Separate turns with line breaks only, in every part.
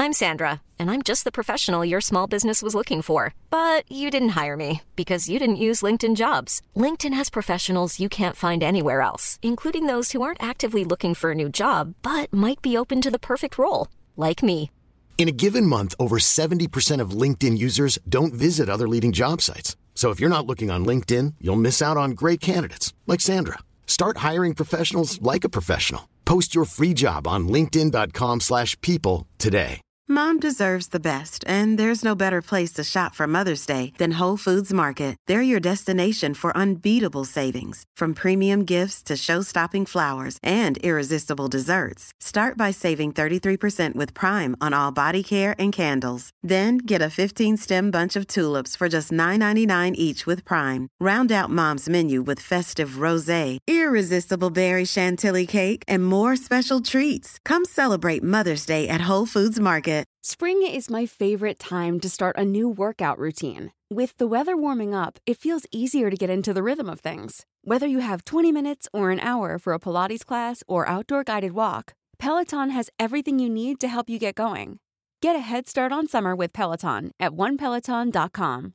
I'm Sandra, and I'm just the professional your small business was looking for. But you didn't hire me because you didn't use LinkedIn Jobs. LinkedIn has professionals you can't find anywhere else, including those who aren't actively looking for a new job, but might be open to the perfect role, like me.
In a given month, over 70% of LinkedIn users don't visit other leading job sites. So if you're not looking on LinkedIn, you'll miss out on great candidates like Sandra. Start hiring professionals like a professional. Post your free job on linkedin.com/people today.
Mom deserves the best, and there's no better place to shop for Mother's Day than Whole Foods Market. They're your destination for unbeatable savings, from premium gifts to show-stopping flowers and irresistible desserts. Start by saving 33% with Prime on all body care and candles. Then get a 15-stem bunch of tulips for just $9.99 each with Prime. Round out Mom's menu with festive rosé, irresistible berry chantilly cake, and more special treats. Come celebrate Mother's Day at Whole Foods Market.
Spring is my favorite time to start a new workout routine. With the weather warming up, it feels easier to get into the rhythm of things. Whether you have 20 minutes or an hour for a Pilates class or outdoor guided walk, Peloton has everything you need to help you get going. Get a head start on summer with Peloton at onepeloton.com.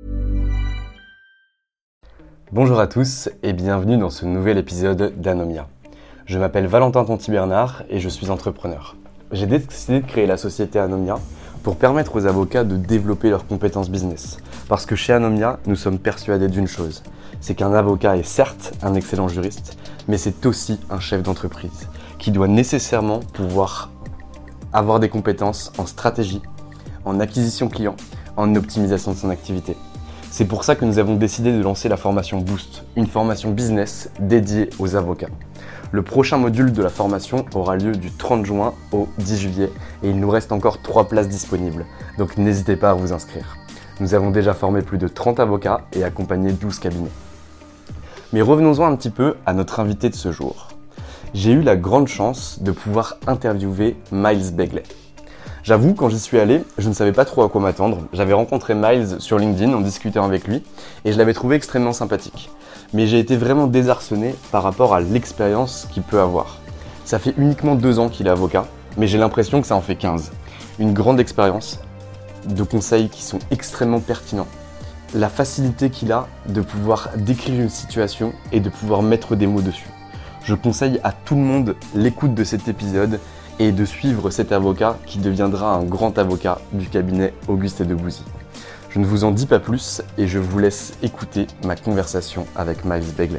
Bonjour à tous et bienvenue dans ce nouvel épisode d'Anomia. Je m'appelle Valentin Tonti-Bernard et je suis entrepreneur. J'ai décidé de créer la société Anomia pour permettre aux avocats de développer leurs compétences business. Parce que chez Anomia, nous sommes persuadés d'une chose, c'est qu'un avocat est certes un excellent juriste, mais c'est aussi un chef d'entreprise qui doit nécessairement pouvoir avoir des compétences en stratégie, en acquisition client, en optimisation de son activité. C'est pour ça que nous avons décidé de lancer la formation Boost, une formation business dédiée aux avocats. Le prochain module de la formation aura lieu du 30 juin au 10 juillet et il nous reste encore 3 places disponibles, donc n'hésitez pas à vous inscrire. Nous avons déjà formé plus de 30 avocats et accompagné 12 cabinets. Mais revenons-en un petit peu à notre invité de ce jour. J'ai eu la grande chance de pouvoir interviewer Miles Begley. J'avoue, quand j'y suis allé, je ne savais pas trop à quoi m'attendre. J'avais rencontré Miles sur LinkedIn en discutant avec lui et je l'avais trouvé extrêmement sympathique. Mais j'ai été vraiment désarçonné par rapport à l'expérience qu'il peut avoir. Ça fait uniquement 2 ans qu'il est avocat, mais j'ai l'impression que ça en fait 15. Une grande expérience, de conseils qui sont extrêmement pertinents. La facilité qu'il a de pouvoir décrire une situation et de pouvoir mettre des mots dessus. Je conseille à tout le monde l'écoute de cet épisode et de suivre cet avocat qui deviendra un grand avocat du cabinet Auguste et Debouzy. Je ne vous en dis pas plus et je vous laisse écouter ma conversation avec Miles Begley.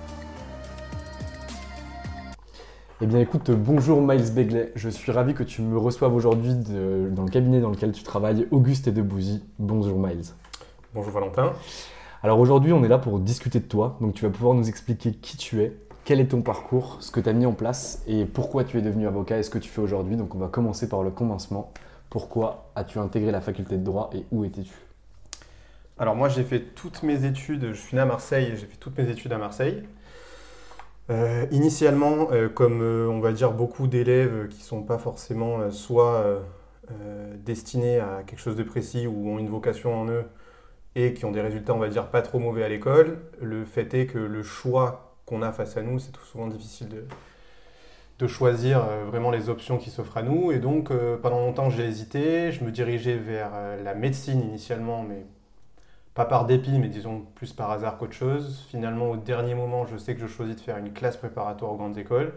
Eh bien écoute, bonjour Miles Begley, je suis ravi que tu me reçoives aujourd'hui dans le cabinet dans lequel tu travailles, Auguste et Debouzy. Bonjour Miles.
Bonjour Valentin.
Alors aujourd'hui on est là pour discuter de toi, donc tu vas pouvoir nous expliquer qui tu es, quel est ton parcours, ce que tu as mis en place et pourquoi tu es devenu avocat et ce que tu fais aujourd'hui. Donc on va commencer par le commencement. Pourquoi as-tu intégré la faculté de droit et où étais-tu ?
Alors moi j'ai fait toutes mes études, je suis né à Marseille et j'ai fait toutes mes études à Marseille. Initialement, comme on va dire beaucoup d'élèves qui ne sont pas forcément soit destinés à quelque chose de précis ou ont une vocation en eux et qui ont des résultats on va dire pas trop mauvais à l'école, le fait est que le choix qu'on a face à nous, c'est tout souvent difficile de choisir vraiment les options qui s'offrent à nous. Et donc pendant longtemps j'ai hésité, je me dirigeais vers la médecine initialement, mais pas par dépit, mais disons plus par hasard qu'autre chose. Finalement, au dernier moment, je sais que je choisis de faire une classe préparatoire aux grandes écoles,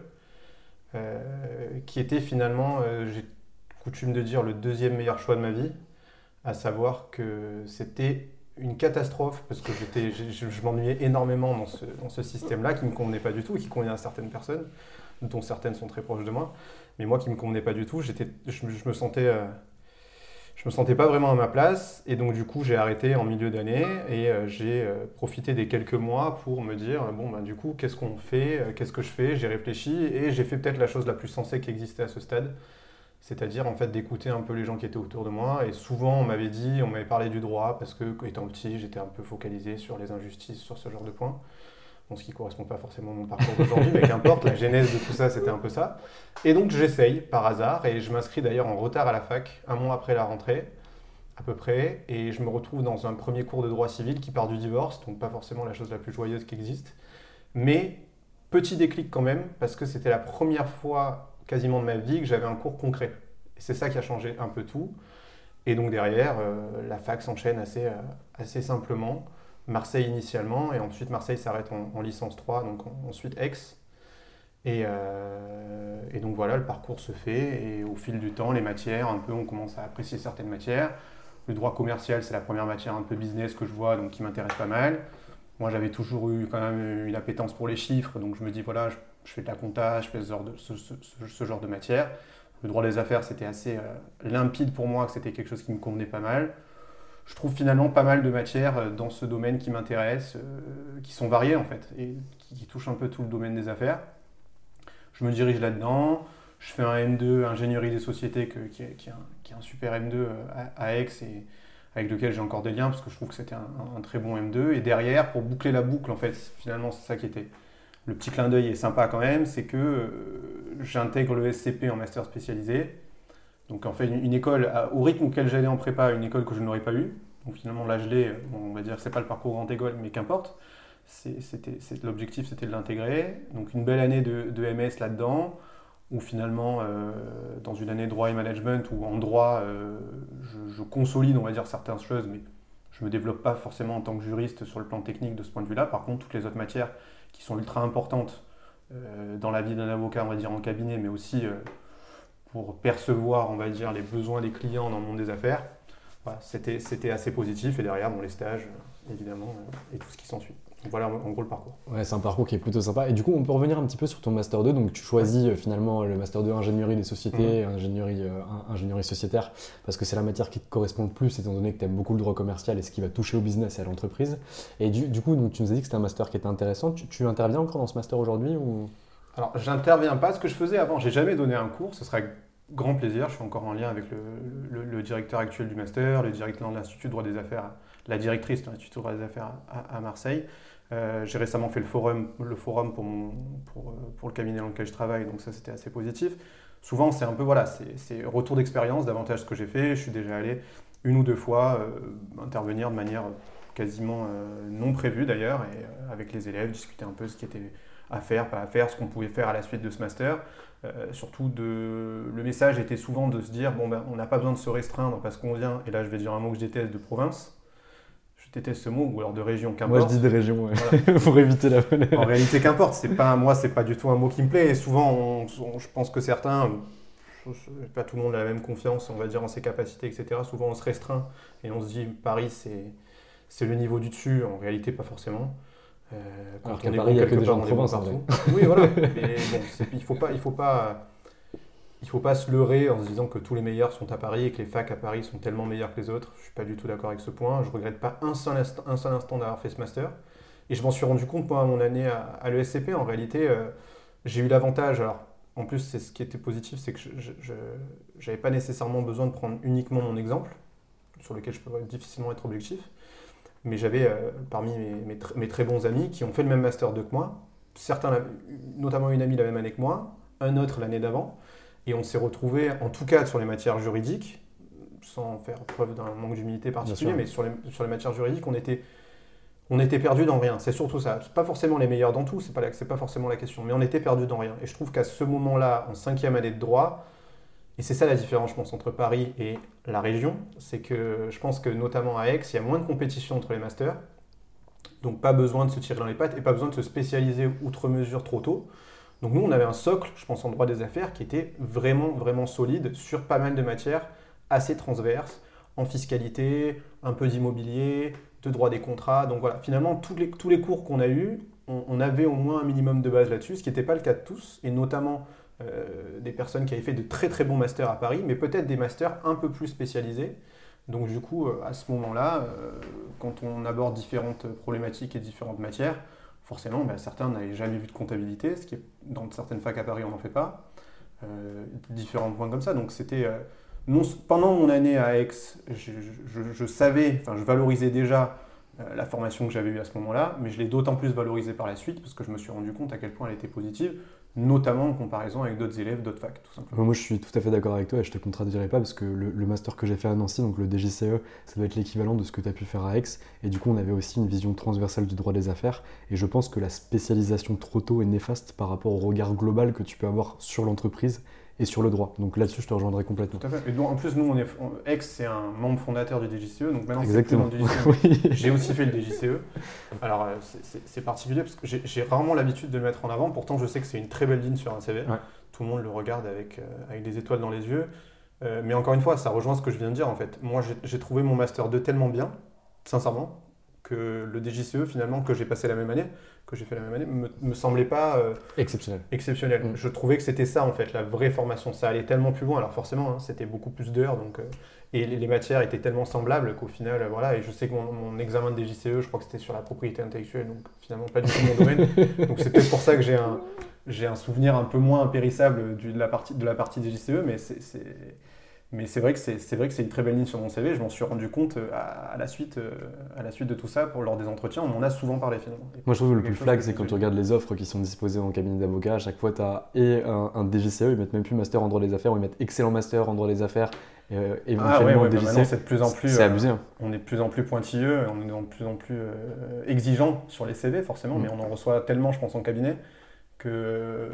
qui était finalement, j'ai coutume de dire, le 2e meilleur choix de ma vie, à savoir que c'était une catastrophe, parce que je m'ennuyais énormément dans ce système-là, qui ne me convenait pas du tout, et qui convenait à certaines personnes, dont certaines sont très proches de moi, mais moi qui ne me convenait pas du tout, je me sentais... Je me sentais pas vraiment à ma place et donc du coup j'ai arrêté en milieu d'année et j'ai profité des quelques mois pour me dire du coup qu'est-ce qu'on fait, qu'est-ce que je fais, j'ai réfléchi et j'ai fait peut-être la chose la plus sensée qui existait à ce stade, c'est-à-dire en fait d'écouter un peu les gens qui étaient autour de moi et souvent on m'avait parlé du droit parce que étant petit j'étais un peu focalisé sur les injustices, sur ce genre de points. Bon, ce qui ne correspond pas forcément à mon parcours d'aujourd'hui, mais qu'importe, la genèse de tout ça, c'était un peu ça. Et donc, j'essaye, par hasard, et je m'inscris d'ailleurs en retard à la fac, 1 mois après la rentrée, à peu près, et je me retrouve dans un premier cours de droit civil qui part du divorce, donc pas forcément la chose la plus joyeuse qui existe. Mais, petit déclic quand même, parce que c'était la première fois quasiment de ma vie que j'avais un cours concret. Et c'est ça qui a changé un peu tout. Et donc derrière, la fac s'enchaîne assez simplement. Marseille initialement, et ensuite Marseille s'arrête en licence 3, donc ensuite Aix. Et donc voilà, le parcours se fait, et au fil du temps, les matières, un peu, on commence à apprécier certaines matières. Le droit commercial, c'est la première matière un peu business que je vois, donc qui m'intéresse pas mal. Moi, j'avais toujours eu quand même une appétence pour les chiffres, donc je me dis, voilà, je fais de la compta, je fais ce genre de matière. Le droit des affaires, c'était assez limpide pour moi, que c'était quelque chose qui me convenait pas mal. Je trouve finalement pas mal de matières dans ce domaine qui m'intéressent, qui sont variées en fait, et qui touchent un peu tout le domaine des affaires. Je me dirige là-dedans, je fais un M2, ingénierie des sociétés, qui est un super M2 à Aix, et avec lequel j'ai encore des liens, parce que je trouve que c'était un très bon M2. Et derrière, pour boucler la boucle, en fait, finalement, c'est ça qui était... Le petit clin d'œil est sympa quand même, c'est que j'intègre le SCP en master spécialisé. Donc en fait, une école, au rythme auquel j'allais en prépa, une école que je n'aurais pas eue. Donc finalement, là, je l'ai, on va dire que c'est pas le parcours grande école, mais qu'importe. L'objectif, c'était de l'intégrer. Donc une belle année de MS là-dedans, où finalement, dans une année de droit et management, où en droit, je consolide, on va dire, certaines choses, mais je me développe pas forcément en tant que juriste sur le plan technique de ce point de vue-là. Par contre, toutes les autres matières qui sont ultra importantes dans la vie d'un avocat, on va dire, en cabinet, mais aussi pour percevoir, on va dire, les besoins des clients dans le monde des affaires. Voilà, c'était assez positif, et derrière, les stages, évidemment, et tout ce qui s'ensuit. Donc voilà en gros le parcours.
Ouais, c'est un parcours qui est plutôt sympa. Et du coup, on peut revenir un petit peu sur ton Master 2. Donc tu choisis finalement le Master 2 ingénierie des sociétés, ingénierie sociétaire, parce que c'est la matière qui te correspond le plus, étant donné que tu aimes beaucoup le droit commercial et ce qui va toucher au business et à l'entreprise. Et du coup, donc, tu nous as dit que c'était un Master qui était intéressant. Tu interviens encore dans ce Master aujourd'hui ou...
Alors, j'interviens pas. Ce que je faisais avant, j'ai jamais donné un cours. Ce sera avec grand plaisir. Je suis encore en lien avec le directeur actuel du Master, le directeur de l'Institut de droit des affaires, la directrice de l'Institut de droit des affaires à Marseille. J'ai récemment fait le forum pour le cabinet dans lequel je travaille, donc ça c'était assez positif. Souvent c'est un peu c'est retour d'expérience davantage ce que j'ai fait. Je suis déjà allé une ou deux fois intervenir de manière quasiment non prévue d'ailleurs, et avec les élèves discuter un peu ce qui était à faire, pas à faire, ce qu'on pouvait faire à la suite de ce master. Surtout le message était souvent de se dire on n'a pas besoin de se restreindre parce qu'on vient, et là je vais dire un mot que je déteste, de province. Je déteste ce mot, ou alors de région, qu'importe.
Moi je dis de région, ouais. Voilà. Pour éviter la volée.
En réalité, qu'importe. Moi, c'est pas du tout un mot qui me plaît. Et souvent, je pense que certains, pas tout le monde a la même confiance, on va dire, en ses capacités, etc. Souvent, on se restreint et on se dit Paris, c'est le niveau du dessus. En réalité, pas forcément.
Quand alors qu'à Paris, il n'y a que des gens de province, en vrai.
Oui, voilà. Mais bon, il faut pas se leurrer en se disant que tous les meilleurs sont à Paris et que les facs à Paris sont tellement meilleurs que les autres. Je ne suis pas du tout d'accord avec ce point. Je ne regrette pas un seul instant d'avoir fait ce master. Et je m'en suis rendu compte pendant mon année à l'ESCP. En réalité, j'ai eu l'avantage. Alors, en plus, c'est ce qui était positif, c'est que je n'avais pas nécessairement besoin de prendre uniquement mon exemple, sur lequel je peux difficilement être objectif. Mais j'avais parmi mes très bons amis qui ont fait le même master 2 que moi. Certains, notamment une amie la même année que moi, un autre l'année d'avant. Et on s'est retrouvés, en tout cas sur les matières juridiques, sans faire preuve d'un manque d'humilité particulier, mais sur les matières juridiques, on était perdus dans rien. C'est surtout ça. C'est pas forcément les meilleurs dans tout, c'est pas forcément la question, mais on était perdus dans rien. Et je trouve qu'à ce moment-là, en 5e année de droit, et c'est ça la différence, je pense, entre Paris et la région, c'est que je pense que notamment à Aix, il y a moins de compétition entre les masters, donc pas besoin de se tirer dans les pattes et pas besoin de se spécialiser outre mesure trop tôt. Donc nous, on avait un socle, je pense, en droit des affaires qui était vraiment, vraiment solide sur pas mal de matières assez transverses, en fiscalité, un peu d'immobilier, de droit des contrats. Donc voilà, finalement, tous les cours qu'on a eus, on avait au moins un minimum de base là-dessus, ce qui n'était pas le cas de tous, et notamment des personnes qui avaient fait de très très bons masters à Paris, mais peut-être des masters un peu plus spécialisés. Donc du coup, à ce moment-là, quand on aborde différentes problématiques et différentes matières, forcément, certains n'avaient jamais vu de comptabilité, ce qui est dans certaines facs à Paris, on n'en fait pas. Différents points comme ça. Donc c'était pendant mon année à Aix, je valorisais déjà la formation que j'avais eue à ce moment-là, mais je l'ai d'autant plus valorisée par la suite parce que je me suis rendu compte à quel point elle était positive, notamment en comparaison avec d'autres élèves, d'autres facs, tout simplement.
Moi, je suis tout à fait d'accord avec toi et je te contredirai pas parce que le master que j'ai fait à Nancy, donc le DGCE, ça doit être l'équivalent de ce que tu as pu faire à Aix. Et du coup, on avait aussi une vision transversale du droit des affaires. Et je pense que la spécialisation trop tôt est néfaste par rapport au regard global que tu peux avoir sur l'entreprise et sur le droit. Donc là-dessus, je te rejoindrai complètement.
Tout à fait. Et donc, en plus, nous, Aix, c'est un membre fondateur du DJCE, donc maintenant
Exactement.
c'est plus dans le DJCE.
Oui.
J'ai aussi fait le DJCE. Alors, c'est particulier parce que j'ai rarement l'habitude de le mettre en avant. Pourtant, je sais que c'est une très belle ligne sur un CV.
Ouais.
Tout le monde le regarde avec des étoiles dans les yeux. Mais encore une fois, ça rejoint ce que je viens de dire, en fait. Moi, j'ai trouvé mon Master 2 tellement bien, sincèrement, que le DJCE, finalement, que j'ai fait la même année, me semblait pas exceptionnel. Je trouvais que c'était ça, en fait, la vraie formation. Ça allait tellement plus loin. Alors forcément, hein, c'était beaucoup plus d'heures, donc, et les matières étaient tellement semblables qu'au final, voilà. Et je sais que mon examen de DJCE, je crois que c'était sur la propriété intellectuelle, donc finalement pas du tout mon domaine. Donc c'est peut-être pour ça que j'ai un souvenir un peu moins impérissable de la partie DJCE, mais c'est vrai que c'est une très belle ligne sur mon CV. Je m'en suis rendu compte à la suite de tout ça, lors des entretiens. On m'en a souvent parlé finalement.
Moi, je trouve le plus flag, c'est quand tu regardes les offres qui sont disposées en cabinet d'avocat. À chaque fois, tu as un DGCE, ils mettent même plus master en droit des affaires, ou ils mettent excellent master en droit des affaires, éventuellement DGCE.
Maintenant, c'est de plus en plus.
C'est abusé. Hein.
On est de plus en plus pointilleux, on est de plus en plus exigeant sur les CV, forcément, mais on en reçoit tellement, je pense, en cabinet, que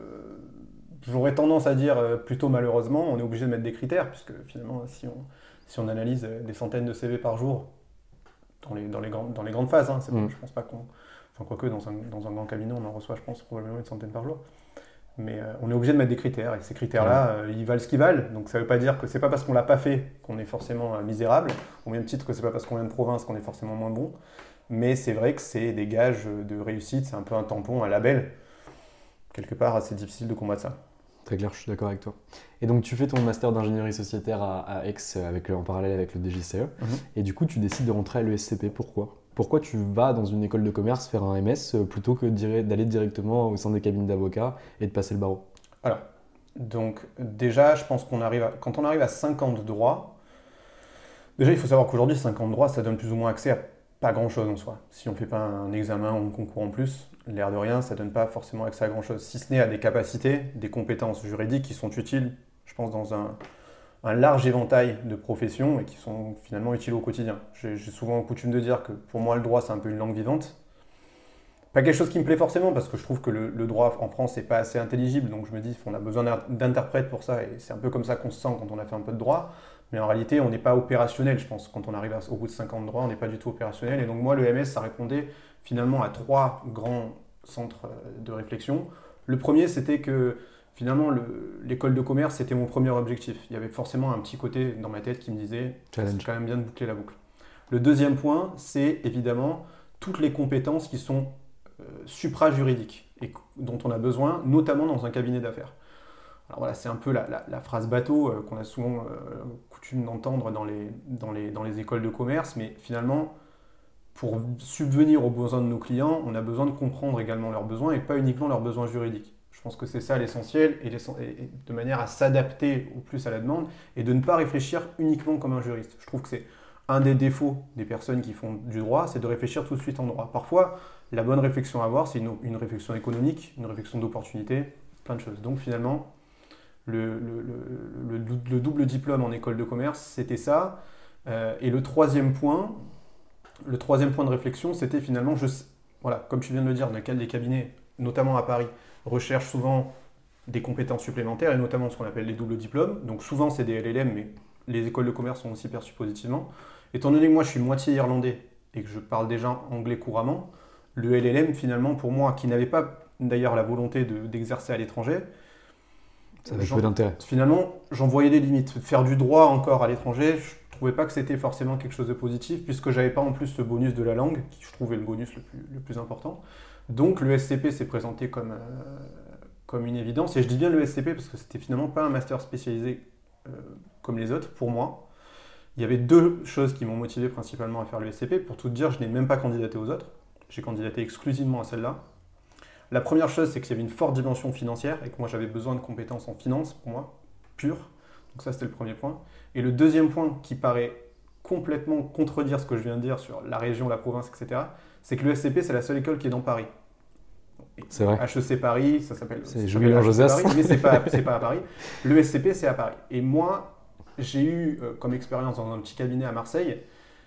j'aurais tendance à dire plutôt malheureusement, on est obligé de mettre des critères, puisque finalement, si on analyse des centaines de CV par jour dans les grandes phases, hein, je pense pas qu'on... Enfin, quoique dans un grand cabinet, on en reçoit, je pense, probablement une centaine par jour. Mais on est obligé de mettre des critères, et ces critères-là, ils valent ce qu'ils valent. Donc ça ne veut pas dire que c'est pas parce qu'on l'a pas fait qu'on est forcément misérable, au même titre que c'est pas parce qu'on vient de province qu'on est forcément moins bon. Mais c'est vrai que c'est des gages de réussite, c'est un peu un tampon, un label. Quelque part, assez difficile de combattre ça.
Très clair, je suis d'accord avec toi. Et donc tu fais ton master d'ingénierie sociétaire à Aix en parallèle avec le DGCE. Et du coup, tu décides de rentrer à l'ESCP. Pourquoi tu vas dans une école de commerce faire un MS plutôt que d'aller directement au sein des cabinets d'avocats et de passer le barreau?
Alors, donc déjà, je pense quand on arrive à 5 ans de droit, déjà il faut savoir qu'aujourd'hui 5 ans de droit, ça donne plus ou moins accès à pas grand-chose en soi. Si on ne fait pas un examen ou un concours en plus, l'air de rien, ça ne donne pas forcément accès à grand-chose. Si ce n'est à des capacités, des compétences juridiques qui sont utiles, je pense, dans un large éventail de professions et qui sont finalement utiles au quotidien. J'ai souvent coutume de dire que pour moi, le droit, c'est un peu une langue vivante. Pas quelque chose qui me plaît forcément, parce que je trouve que le droit en France n'est pas assez intelligible, donc je me dis qu'on a besoin d'interprètes pour ça, et c'est un peu comme ça qu'on se sent quand on a fait un peu de droit. Mais en réalité, on n'est pas opérationnel, je pense. Quand on arrive au bout de 5 ans de droit, on n'est pas du tout opérationnel. Et donc moi, le MS, ça répondait finalement à 3 grands centres de réflexion. Le premier, c'était que finalement, l'école de commerce, c'était mon premier objectif. Il y avait forcément un petit côté dans ma tête qui me disait « c'est quand même bien de boucler la boucle ». Le deuxième point, c'est évidemment toutes les compétences qui sont supra-juridiques et dont on a besoin, notamment dans un cabinet d'affaires. Alors voilà, c'est un peu la phrase bateau qu'on a souvent coutume d'entendre dans les écoles de commerce, mais finalement, pour subvenir aux besoins de nos clients, on a besoin de comprendre également leurs besoins et pas uniquement leurs besoins juridiques. Je pense que c'est ça l'essentiel, et de manière à s'adapter au plus à la demande et de ne pas réfléchir uniquement comme un juriste. Je trouve que c'est un des défauts des personnes qui font du droit, c'est de réfléchir tout de suite en droit. Parfois, la bonne réflexion à avoir, c'est une réflexion économique, une réflexion d'opportunité, plein de choses. Donc finalement, le double diplôme en école de commerce, c'était ça. Et le troisième point de réflexion, c'était finalement, voilà, comme tu viens de le dire, les cabinets, notamment à Paris, recherchent souvent des compétences supplémentaires, et notamment ce qu'on appelle les doubles diplômes. Donc souvent, c'est des LLM, mais les écoles de commerce sont aussi perçues positivement. Étant donné que moi, je suis moitié irlandais et que je parle déjà anglais couramment, le LLM, finalement, pour moi, qui n'avait pas d'ailleurs la volonté d'exercer à l'étranger,
ça avait peu d'intérêt.
Finalement, j'en voyais des limites. Faire du droit encore à l'étranger, je ne trouvais pas que c'était forcément quelque chose de positif, puisque je n'avais pas en plus ce bonus de la langue, qui je trouvais le bonus le plus important. Donc le SCP s'est présenté comme une évidence, et je dis bien le SCP parce que c'était finalement pas un master spécialisé comme les autres, pour moi. Il y avait 2 choses qui m'ont motivé principalement à faire le SCP. Pour tout te dire, je n'ai même pas candidaté aux autres. J'ai candidaté exclusivement à celle-là. La première chose, c'est qu'il y avait une forte dimension financière et que moi, j'avais besoin de compétences en finance, pour moi, pures. Donc ça, c'était le premier point. Et le deuxième point, qui paraît complètement contredire ce que je viens de dire sur la région, la province, etc., c'est que le SCP, c'est la seule école qui est dans Paris.
C'est vrai.
HEC Paris, ça s'appelle...
C'est Julien-Joseph.
Mais c'est pas à Paris. Le SCP, c'est à Paris. Et moi, j'ai eu comme expérience dans un petit cabinet à Marseille,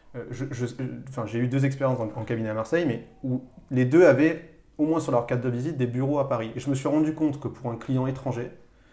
j'ai eu 2 expériences en cabinet à Marseille, mais où les 2 avaient, au moins sur leur carte de visite, des bureaux à Paris. Et je me suis rendu compte que pour un client étranger,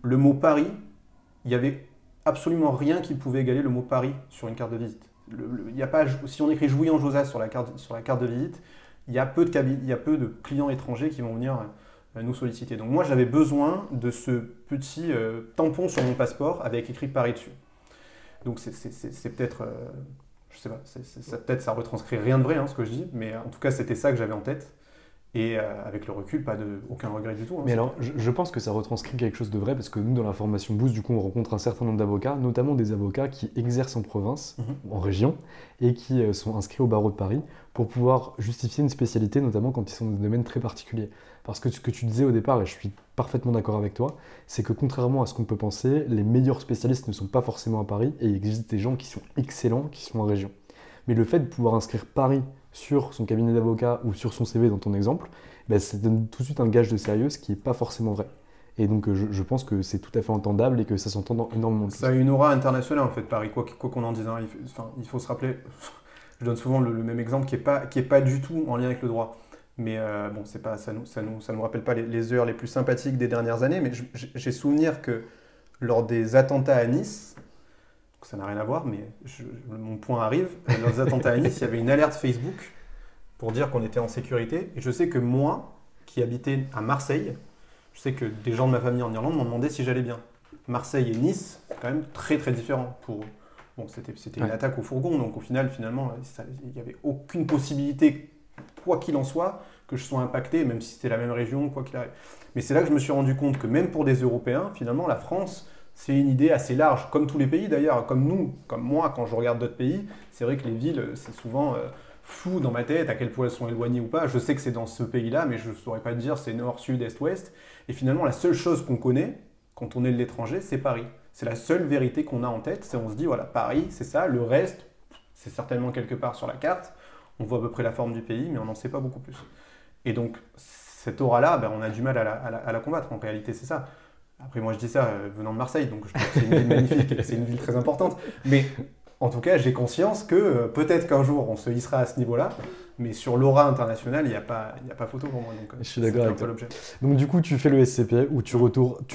le mot Paris, il n'y avait absolument rien qui pouvait égaler le mot Paris sur une carte de visite. Il y a pas, si on écrit Jouy-en-Josas sur la carte de visite, il y a peu de clients étrangers qui vont venir nous solliciter. Donc moi, j'avais besoin de ce petit tampon sur mon passeport avec écrit Paris dessus. Donc c'est peut-être, je sais pas, peut-être ça retranscrit rien de vrai ce que je dis, mais en tout cas, c'était ça que j'avais en tête. Et avec le recul, aucun regret du tout.
Mais alors, je pense que ça retranscrit quelque chose de vrai, parce que nous, dans la formation Boost, du coup, on rencontre un certain nombre d'avocats, notamment des avocats qui exercent en province, en région, et qui sont inscrits au barreau de Paris, pour pouvoir justifier une spécialité, notamment quand ils sont dans des domaines très particuliers. Parce que ce que tu disais au départ, et je suis parfaitement d'accord avec toi, c'est que contrairement à ce qu'on peut penser, les meilleurs spécialistes ne sont pas forcément à Paris, et il existe des gens qui sont excellents, qui sont en région. Mais le fait de pouvoir inscrire Paris sur son cabinet d'avocat ou sur son CV dans ton exemple, ça donne tout de suite un gage de sérieux, ce qui n'est pas forcément vrai. Et donc je pense que c'est tout à fait entendable et que ça s'entend dans énormément de choses.
Ça a une aura internationale en fait, Paris, quoi qu'on en dise. Il faut se rappeler, je donne souvent le même exemple qui est pas du tout en lien avec le droit. Mais c'est pas, ça nous rappelle pas les heures les plus sympathiques des dernières années, mais j'ai souvenir que lors des attentats à Nice, ça n'a rien à voir, mais mon point arrive. Lors des attentats à Nice, il y avait une alerte Facebook pour dire qu'on était en sécurité. Et je sais que moi, qui habitais à Marseille, je sais que des gens de ma famille en Irlande m'ont demandé si j'allais bien. Marseille et Nice, c'est quand même très très différent pour eux. Bon, c'était une attaque au fourgon, donc au final, finalement, il n'y avait aucune possibilité, quoi qu'il en soit, que je sois impacté, même si c'était la même région, quoi qu'il arrive. Mais c'est là que je me suis rendu compte que même pour des Européens, finalement, la France, c'est une idée assez large, comme tous les pays d'ailleurs, comme nous, comme moi, quand je regarde d'autres pays, c'est vrai que les villes, c'est souvent flou dans ma tête, à quel point elles sont éloignées ou pas. Je sais que c'est dans ce pays-là, mais je ne saurais pas te dire c'est nord, sud, est, ouest. Et finalement, la seule chose qu'on connaît, quand on est de l'étranger, c'est Paris. C'est la seule vérité qu'on a en tête, c'est on se dit, voilà, Paris, c'est ça, le reste, c'est certainement quelque part sur la carte, on voit à peu près la forme du pays, mais on n'en sait pas beaucoup plus. Et donc, cette aura-là, on a du mal à la combattre, en réalité, c'est ça. Après, moi, je dis ça venant de Marseille, donc je trouve que c'est une ville magnifique, c'est une ville très importante. Mais en tout cas, j'ai conscience que peut-être qu'un jour, on se hissera à ce niveau-là, mais sur l'aura internationale, il n'y a pas photo pour moi. Donc,
je suis d'accord avec toi. Donc, du coup, tu fais le SCP où tu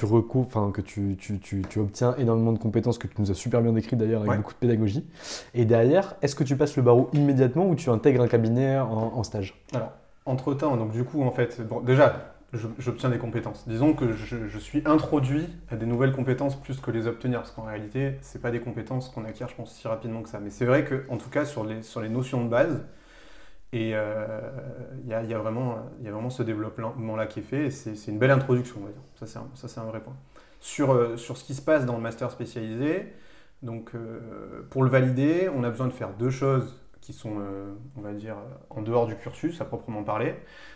obtiens énormément de compétences que tu nous as super bien décrites d'ailleurs avec beaucoup de pédagogie. Et derrière, est-ce que tu passes le barreau immédiatement ou tu intègres un cabinet en stage ?
Alors, entre-temps, donc du coup, en fait, déjà, j'obtiens des compétences. Disons que je suis introduit à des nouvelles compétences plus que les obtenir, parce qu'en réalité, ce n'est pas des compétences qu'on acquiert, je pense, si rapidement que ça. Mais c'est vrai qu'en tout cas, sur les notions de base, et il y a vraiment ce développement-là qui est fait, et c'est une belle introduction, on va dire. Ça, c'est un vrai point. Sur ce qui se passe dans le master spécialisé, donc pour le valider, on a besoin de faire deux choses qui sont, on va dire, en dehors du cursus, à proprement parler.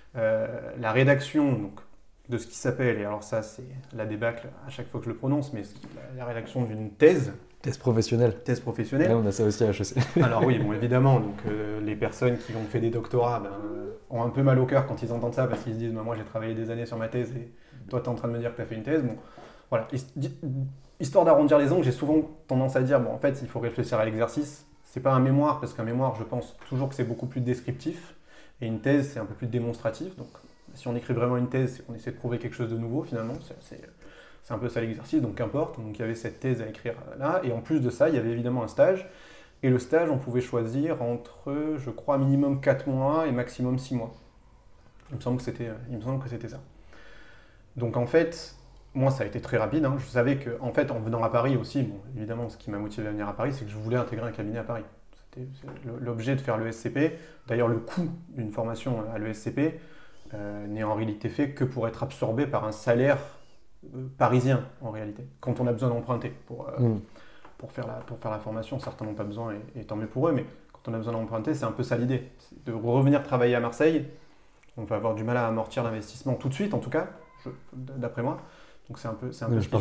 La rédaction donc, de ce qui s'appelle, et alors ça c'est la débâcle à chaque fois que je le prononce, mais la rédaction d'une thèse.
Thèse professionnelle.
Thèse professionnelle.
Là, on a ça aussi à HEC.
Alors oui, bon, évidemment, donc, les personnes qui ont fait des doctorats ont un peu mal au cœur quand ils entendent ça, parce qu'ils se disent moi j'ai travaillé des années sur ma thèse et toi tu es en train de me dire que tu as fait une thèse. Bon, voilà. Histoire d'arrondir les angles, j'ai souvent tendance à dire en fait il faut réfléchir à l'exercice. C'est pas un mémoire, parce qu'un mémoire je pense toujours que c'est beaucoup plus descriptif. Et une thèse, c'est un peu plus démonstratif. Donc, si on écrit vraiment une thèse, c'est qu'on essaie de prouver quelque chose de nouveau, finalement. C'est un peu ça l'exercice, donc qu'importe. Donc, il y avait cette thèse à écrire là. Et en plus de ça, il y avait évidemment un stage. Et le stage, on pouvait choisir entre, je crois, minimum 4 mois et maximum 6 mois. Il me semble que c'était ça. Donc, en fait, moi, ça a été très rapide. Je savais qu'en fait, en venant à Paris aussi, bon, évidemment, ce qui m'a motivé à venir à Paris, c'est que je voulais intégrer un cabinet à Paris. L'objet de faire l'ESCP, d'ailleurs le coût d'une formation à l'ESCP n'est en réalité fait que pour être absorbé par un salaire parisien en réalité, quand on a besoin d'emprunter pour faire la formation. Certains n'ont pas besoin et tant mieux pour eux, mais quand on a besoin d'emprunter, c'est un peu ça l'idée. De revenir travailler à Marseille, on va avoir du mal à amortir l'investissement tout de suite en tout cas, d'après moi. Donc c'est un peu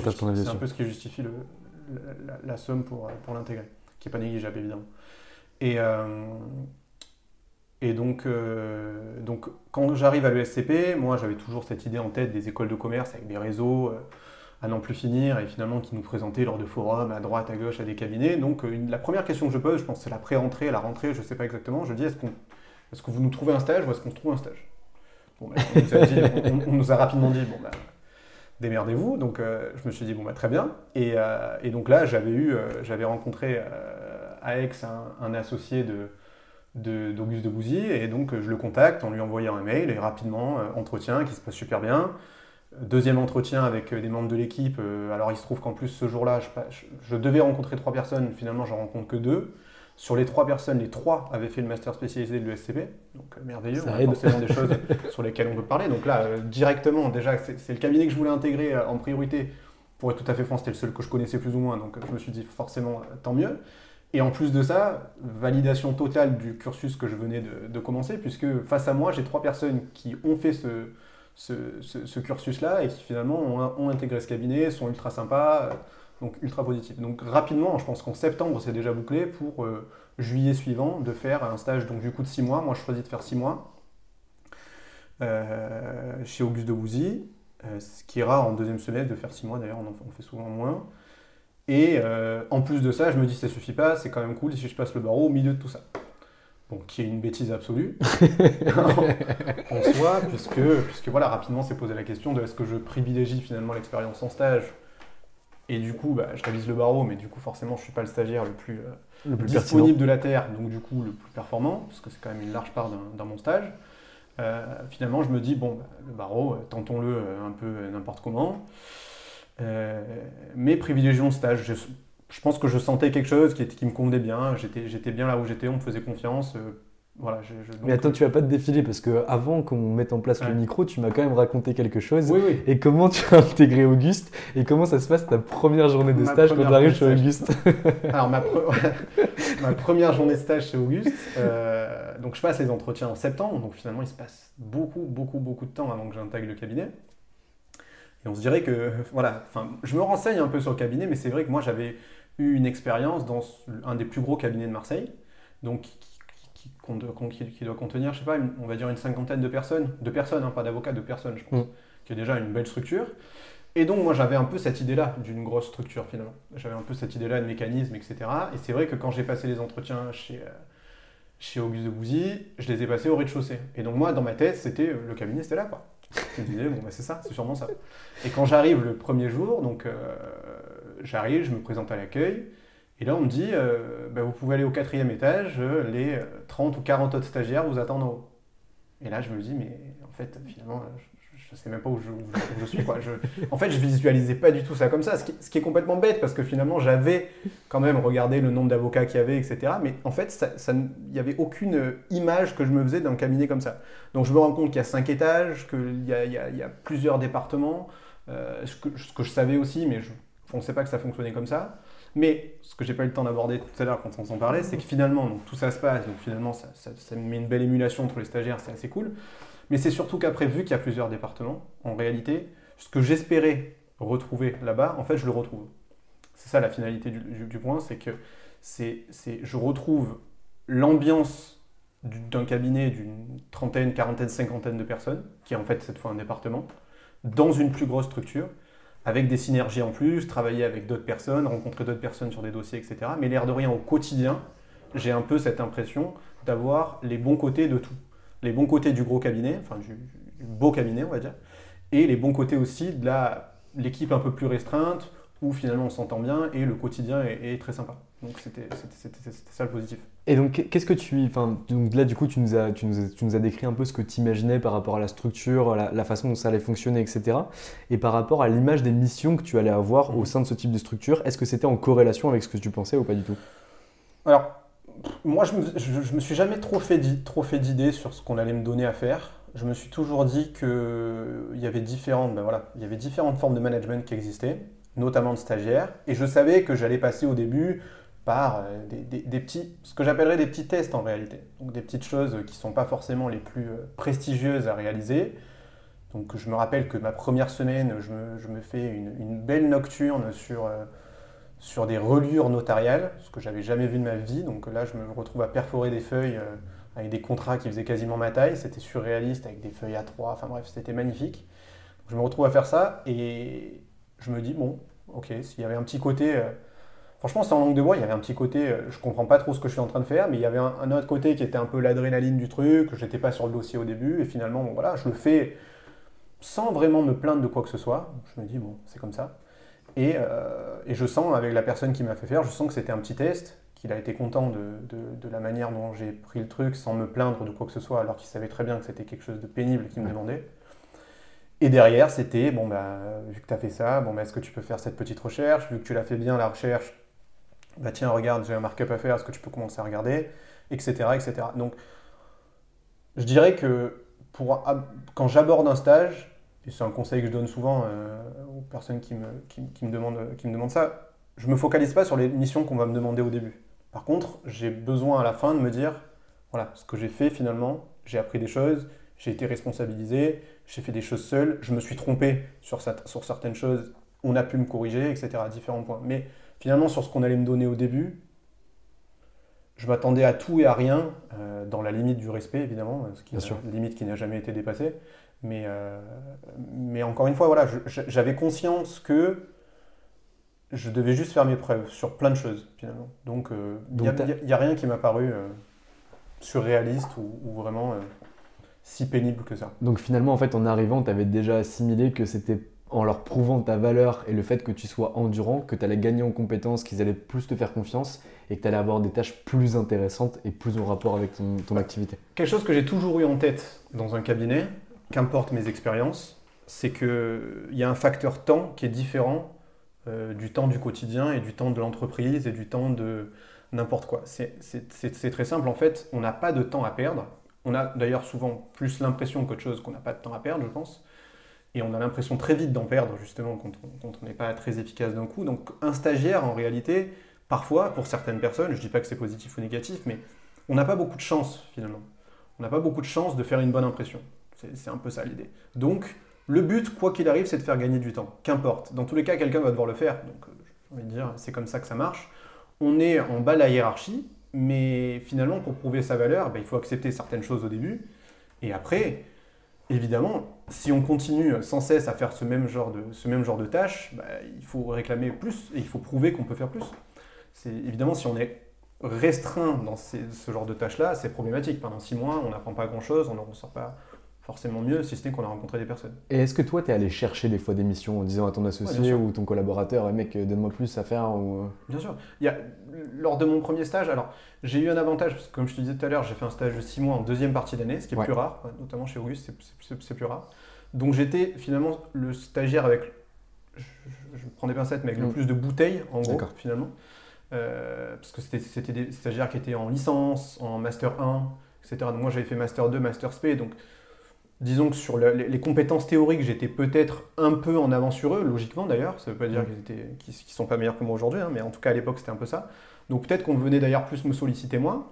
ce qui justifie la somme pour l'intégrer, qui n'est pas négligeable évidemment. Et donc, quand j'arrive à l'ESCP, moi j'avais toujours cette idée en tête des écoles de commerce avec des réseaux à n'en plus finir et finalement qui nous présentaient lors de forums à droite, à gauche, à des cabinets. Donc la première question que je pose, je pense que c'est la pré-entrée, la rentrée, je ne sais pas exactement, je dis est-ce que vous nous trouvez un stage ou est-ce qu'on se trouve un stage ? Bon, on nous a rapidement dit, démerdez-vous. Donc je me suis dit, bon, très bien. Et donc là, j'avais rencontré à Aix un associé d'Auguste Debouzy, et donc je le contacte en lui envoyant un mail, et rapidement, entretien qui se passe super bien. Deuxième entretien avec des membres de l'équipe. Alors il se trouve qu'en plus ce jour-là, je devais rencontrer 3 personnes, finalement j'en rencontre que 2. Sur les 3 personnes, les 3 avaient fait le master spécialisé de l'ESCP, donc merveilleux, on a forcément des choses sur lesquelles on peut parler. Donc là, directement, déjà, c'est le cabinet que je voulais intégrer en priorité. Pour être tout à fait franc, c'était le seul que je connaissais plus ou moins, donc je me suis dit forcément tant mieux. Et en plus de ça, validation totale du cursus que je venais de commencer, puisque face à moi, j'ai 3 personnes qui ont fait ce cursus-là et qui finalement ont intégré ce cabinet, sont ultra sympas, donc ultra positifs. Donc rapidement, je pense qu'en septembre, c'est déjà bouclé pour juillet suivant de faire un stage donc, du coup de 6 mois. Moi, je choisis de faire 6 mois chez Auguste Debouzy, ce qui est rare en deuxième semestre de faire 6 mois, d'ailleurs, on fait souvent moins. Et en plus de ça, je me dis ça suffit pas, c'est quand même cool si je passe le barreau au milieu de tout ça. Donc qui est une bêtise absolue en soi, puisque voilà, rapidement s'est posé la question de est-ce que je privilégie finalement l'expérience en stage, et du coup je révise le barreau, mais du coup forcément je suis pas le stagiaire le plus disponible de la Terre, donc du coup le plus performant, parce que c'est quand même une large part dans mon stage. Finalement je me dis le barreau, tentons-le un peu n'importe comment. Mais privilégions le stage. Je pense que je sentais quelque chose qui me convenait bien. J'étais bien là où j'étais, on me faisait confiance. Voilà,
mais attends, tu vas pas te défiler parce que avant qu'on mette en place le micro, tu m'as quand même raconté quelque chose.
Oui.
Et comment tu as intégré Auguste et comment ça se passe ta première journée de stage quand tu arrives chez Auguste?
Alors ma première journée de stage chez Auguste, donc je passe les entretiens en septembre, donc finalement il se passe beaucoup de temps avant que j'intègre le cabinet. Et on se dirait que, voilà, je me renseigne un peu sur le cabinet, mais c'est vrai que moi j'avais eu une expérience dans un des plus gros cabinets de Marseille, donc qui doit contenir, je sais pas, on va dire une 50aine de personnes, pas d'avocats, de personnes, je pense, qui est déjà une belle structure. Et donc moi j'avais un peu cette idée-là d'une grosse structure finalement. J'avais un peu cette idée-là de mécanisme, etc. Et c'est vrai que quand j'ai passé les entretiens chez Auguste Debouzy, je les ai passés au rez-de-chaussée. Et donc moi, dans ma tête, le cabinet, c'était là, quoi. Je me disais, c'est ça, c'est sûrement ça. Et quand j'arrive le premier jour, donc j'arrive, je me présente à l'accueil, et là on me dit, vous pouvez aller au 4e étage, les 30 ou 40 autres stagiaires vous attendent en haut. Et là je me dis, mais en fait, finalement, je sais même pas où je suis, quoi. En fait, je visualisais pas du tout ça comme ça, ce qui est complètement bête, parce que finalement, j'avais quand même regardé le nombre d'avocats qu'il y avait, etc. Mais en fait, il n'y avait aucune image que je me faisais d'un cabinet comme ça. Donc, je me rends compte qu'il y a 5 étages, qu'il y a plusieurs départements, ce que je savais aussi, mais je ne pensais pas que ça fonctionnait comme ça. Mais ce que j'ai pas eu le temps d'aborder tout à l'heure quand on s'en parlait, c'est que finalement, donc, tout ça se passe, donc finalement, ça met une belle émulation entre les stagiaires, c'est assez cool. Mais c'est surtout qu'après, vu qu'il y a plusieurs départements, en réalité, ce que j'espérais retrouver là-bas, en fait, je le retrouve. C'est ça la finalité du point, c'est que je retrouve l'ambiance d'un cabinet d'une 30aine, 40aine, 50aine de personnes, qui est en fait cette fois un département, dans une plus grosse structure, avec des synergies en plus, travailler avec d'autres personnes, rencontrer d'autres personnes sur des dossiers, etc. Mais l'air de rien, au quotidien, j'ai un peu cette impression d'avoir les bons côtés de tout. Les bons côtés du gros cabinet, enfin du beau cabinet, on va dire, et les bons côtés aussi de l'équipe un peu plus restreinte, où finalement on s'entend bien et le quotidien est très sympa. Donc c'était ça le positif.
Et donc qu'est-ce que donc là du coup tu nous as décrit un peu ce que tu imaginais par rapport à la structure, la façon dont ça allait fonctionner, etc. Et par rapport à l'image des missions que tu allais avoir au sein de ce type de structure, est-ce que c'était en corrélation avec ce que tu pensais ou pas du tout?
Alors, moi, je me suis jamais trop fait d'idées sur ce qu'on allait me donner à faire. Je me suis toujours dit qu'il y avait différentes formes de management qui existaient, notamment de stagiaires. Et je savais que j'allais passer au début par ce que j'appellerais des petits tests en réalité. Donc des petites choses qui ne sont pas forcément les plus prestigieuses à réaliser. Donc je me rappelle que ma première semaine, je me fais une belle nocturne sur des reliures notariales, ce que j'avais jamais vu de ma vie. Donc là, je me retrouve à perforer des feuilles avec des contrats qui faisaient quasiment ma taille. C'était surréaliste avec des feuilles A3. Enfin bref, c'était magnifique. Donc, je me retrouve à faire ça et je me dis, bon, ok, s'il y avait un petit côté... franchement, sans langue de bois, il y avait un petit côté... je comprends pas trop ce que je suis en train de faire, mais il y avait un autre côté qui était un peu l'adrénaline du truc. Je n'étais pas sur le dossier au début et finalement, bon, voilà, je le fais sans vraiment me plaindre de quoi que ce soit. Je me dis, bon, c'est comme ça. Et je sens, avec la personne qui m'a fait faire, je sens que c'était un petit test, qu'il a été content de la manière dont j'ai pris le truc sans me plaindre de quoi que ce soit, alors qu'il savait très bien que c'était quelque chose de pénible qu'il me demandait. Et derrière, c'était, bon, bah, vu que tu as fait ça, bon, bah, est-ce que tu peux faire cette petite recherche? Vu que tu l'as fait bien, la recherche, bah, tiens, regarde, j'ai un markup à faire, est-ce que tu peux commencer à regarder? Etc. etc. Donc, je dirais que quand j'aborde un stage, et c'est un conseil que je donne souvent aux personnes qui me demandent ça, je ne me focalise pas sur les missions qu'on va me demander au début. Par contre, j'ai besoin à la fin de me dire, voilà, ce que j'ai fait finalement, j'ai appris des choses, j'ai été responsabilisé, j'ai fait des choses seul, je me suis trompé sur certaines choses, on a pu me corriger, etc. à différents points. Mais finalement, sur ce qu'on allait me donner au début, je m'attendais à tout et à rien, dans la limite du respect, évidemment, limite qui n'a jamais été dépassée. Mais encore une fois, voilà, j'avais conscience que je devais juste faire mes preuves sur plein de choses, finalement. Donc, il n'y a rien qui m'a paru surréaliste ou vraiment si pénible que ça.
Donc finalement, en fait, en arrivant, tu avais déjà assimilé que c'était en leur prouvant ta valeur et le fait que tu sois endurant, que tu allais gagner en compétences, qu'ils allaient plus te faire confiance et que tu allais avoir des tâches plus intéressantes et plus en rapport avec ton activité.
Quelque chose que j'ai toujours eu en tête dans un cabinet, qu'importe mes expériences, c'est qu'il y a un facteur temps qui est différent du temps du quotidien et du temps de l'entreprise et du temps de n'importe quoi. C'est très simple, en fait, on n'a pas de temps à perdre. On a d'ailleurs souvent plus l'impression qu'autre chose qu'on n'a pas de temps à perdre, je pense. Et on a l'impression très vite d'en perdre, justement, quand on n'est pas très efficace d'un coup. Donc un stagiaire, en réalité, parfois, pour certaines personnes, je ne dis pas que c'est positif ou négatif, mais on n'a pas beaucoup de chance, finalement. On n'a pas beaucoup de chance de faire une bonne impression. C'est un peu ça l'idée. Donc, le but, quoi qu'il arrive, c'est de faire gagner du temps. Qu'importe. Dans tous les cas, quelqu'un va devoir le faire. Donc, j'ai envie de dire, c'est comme ça que ça marche. On est en bas de la hiérarchie, mais finalement, pour prouver sa valeur, il faut accepter certaines choses au début. Et après, évidemment, si on continue sans cesse à faire ce même genre de tâches, il faut réclamer plus et il faut prouver qu'on peut faire plus. Évidemment, si on est restreint dans ce genre de tâches-là, c'est problématique. Pendant 6 mois, on n'apprend pas grand-chose, on n'en ressort pas forcément mieux, si ce n'est qu'on a rencontré des personnes.
Et est-ce que toi, tu es allé chercher des fois des missions en disant à ton associé ou ton collaborateur, mec, donne-moi plus à faire ou...
Bien sûr. Lors de mon premier stage, alors j'ai eu un avantage, parce que comme je te disais tout à l'heure, j'ai fait un stage de 6 mois en deuxième partie d'année, ce qui est plus rare, notamment chez Auguste, c'est plus rare. Donc j'étais finalement le stagiaire avec, je prends des pincettes, mais avec le plus de bouteilles, en gros, finalement. Parce que c'était des stagiaires qui étaient en licence, en Master 1, etc. Donc moi j'avais fait Master 2, Master SP, donc disons que sur les compétences théoriques, j'étais peut-être un peu en avance sur eux, logiquement d'ailleurs. Ça ne veut pas dire qu'ils ne sont pas meilleurs que moi aujourd'hui, mais en tout cas à l'époque c'était un peu ça. Donc peut-être qu'on venait d'ailleurs plus me solliciter moi.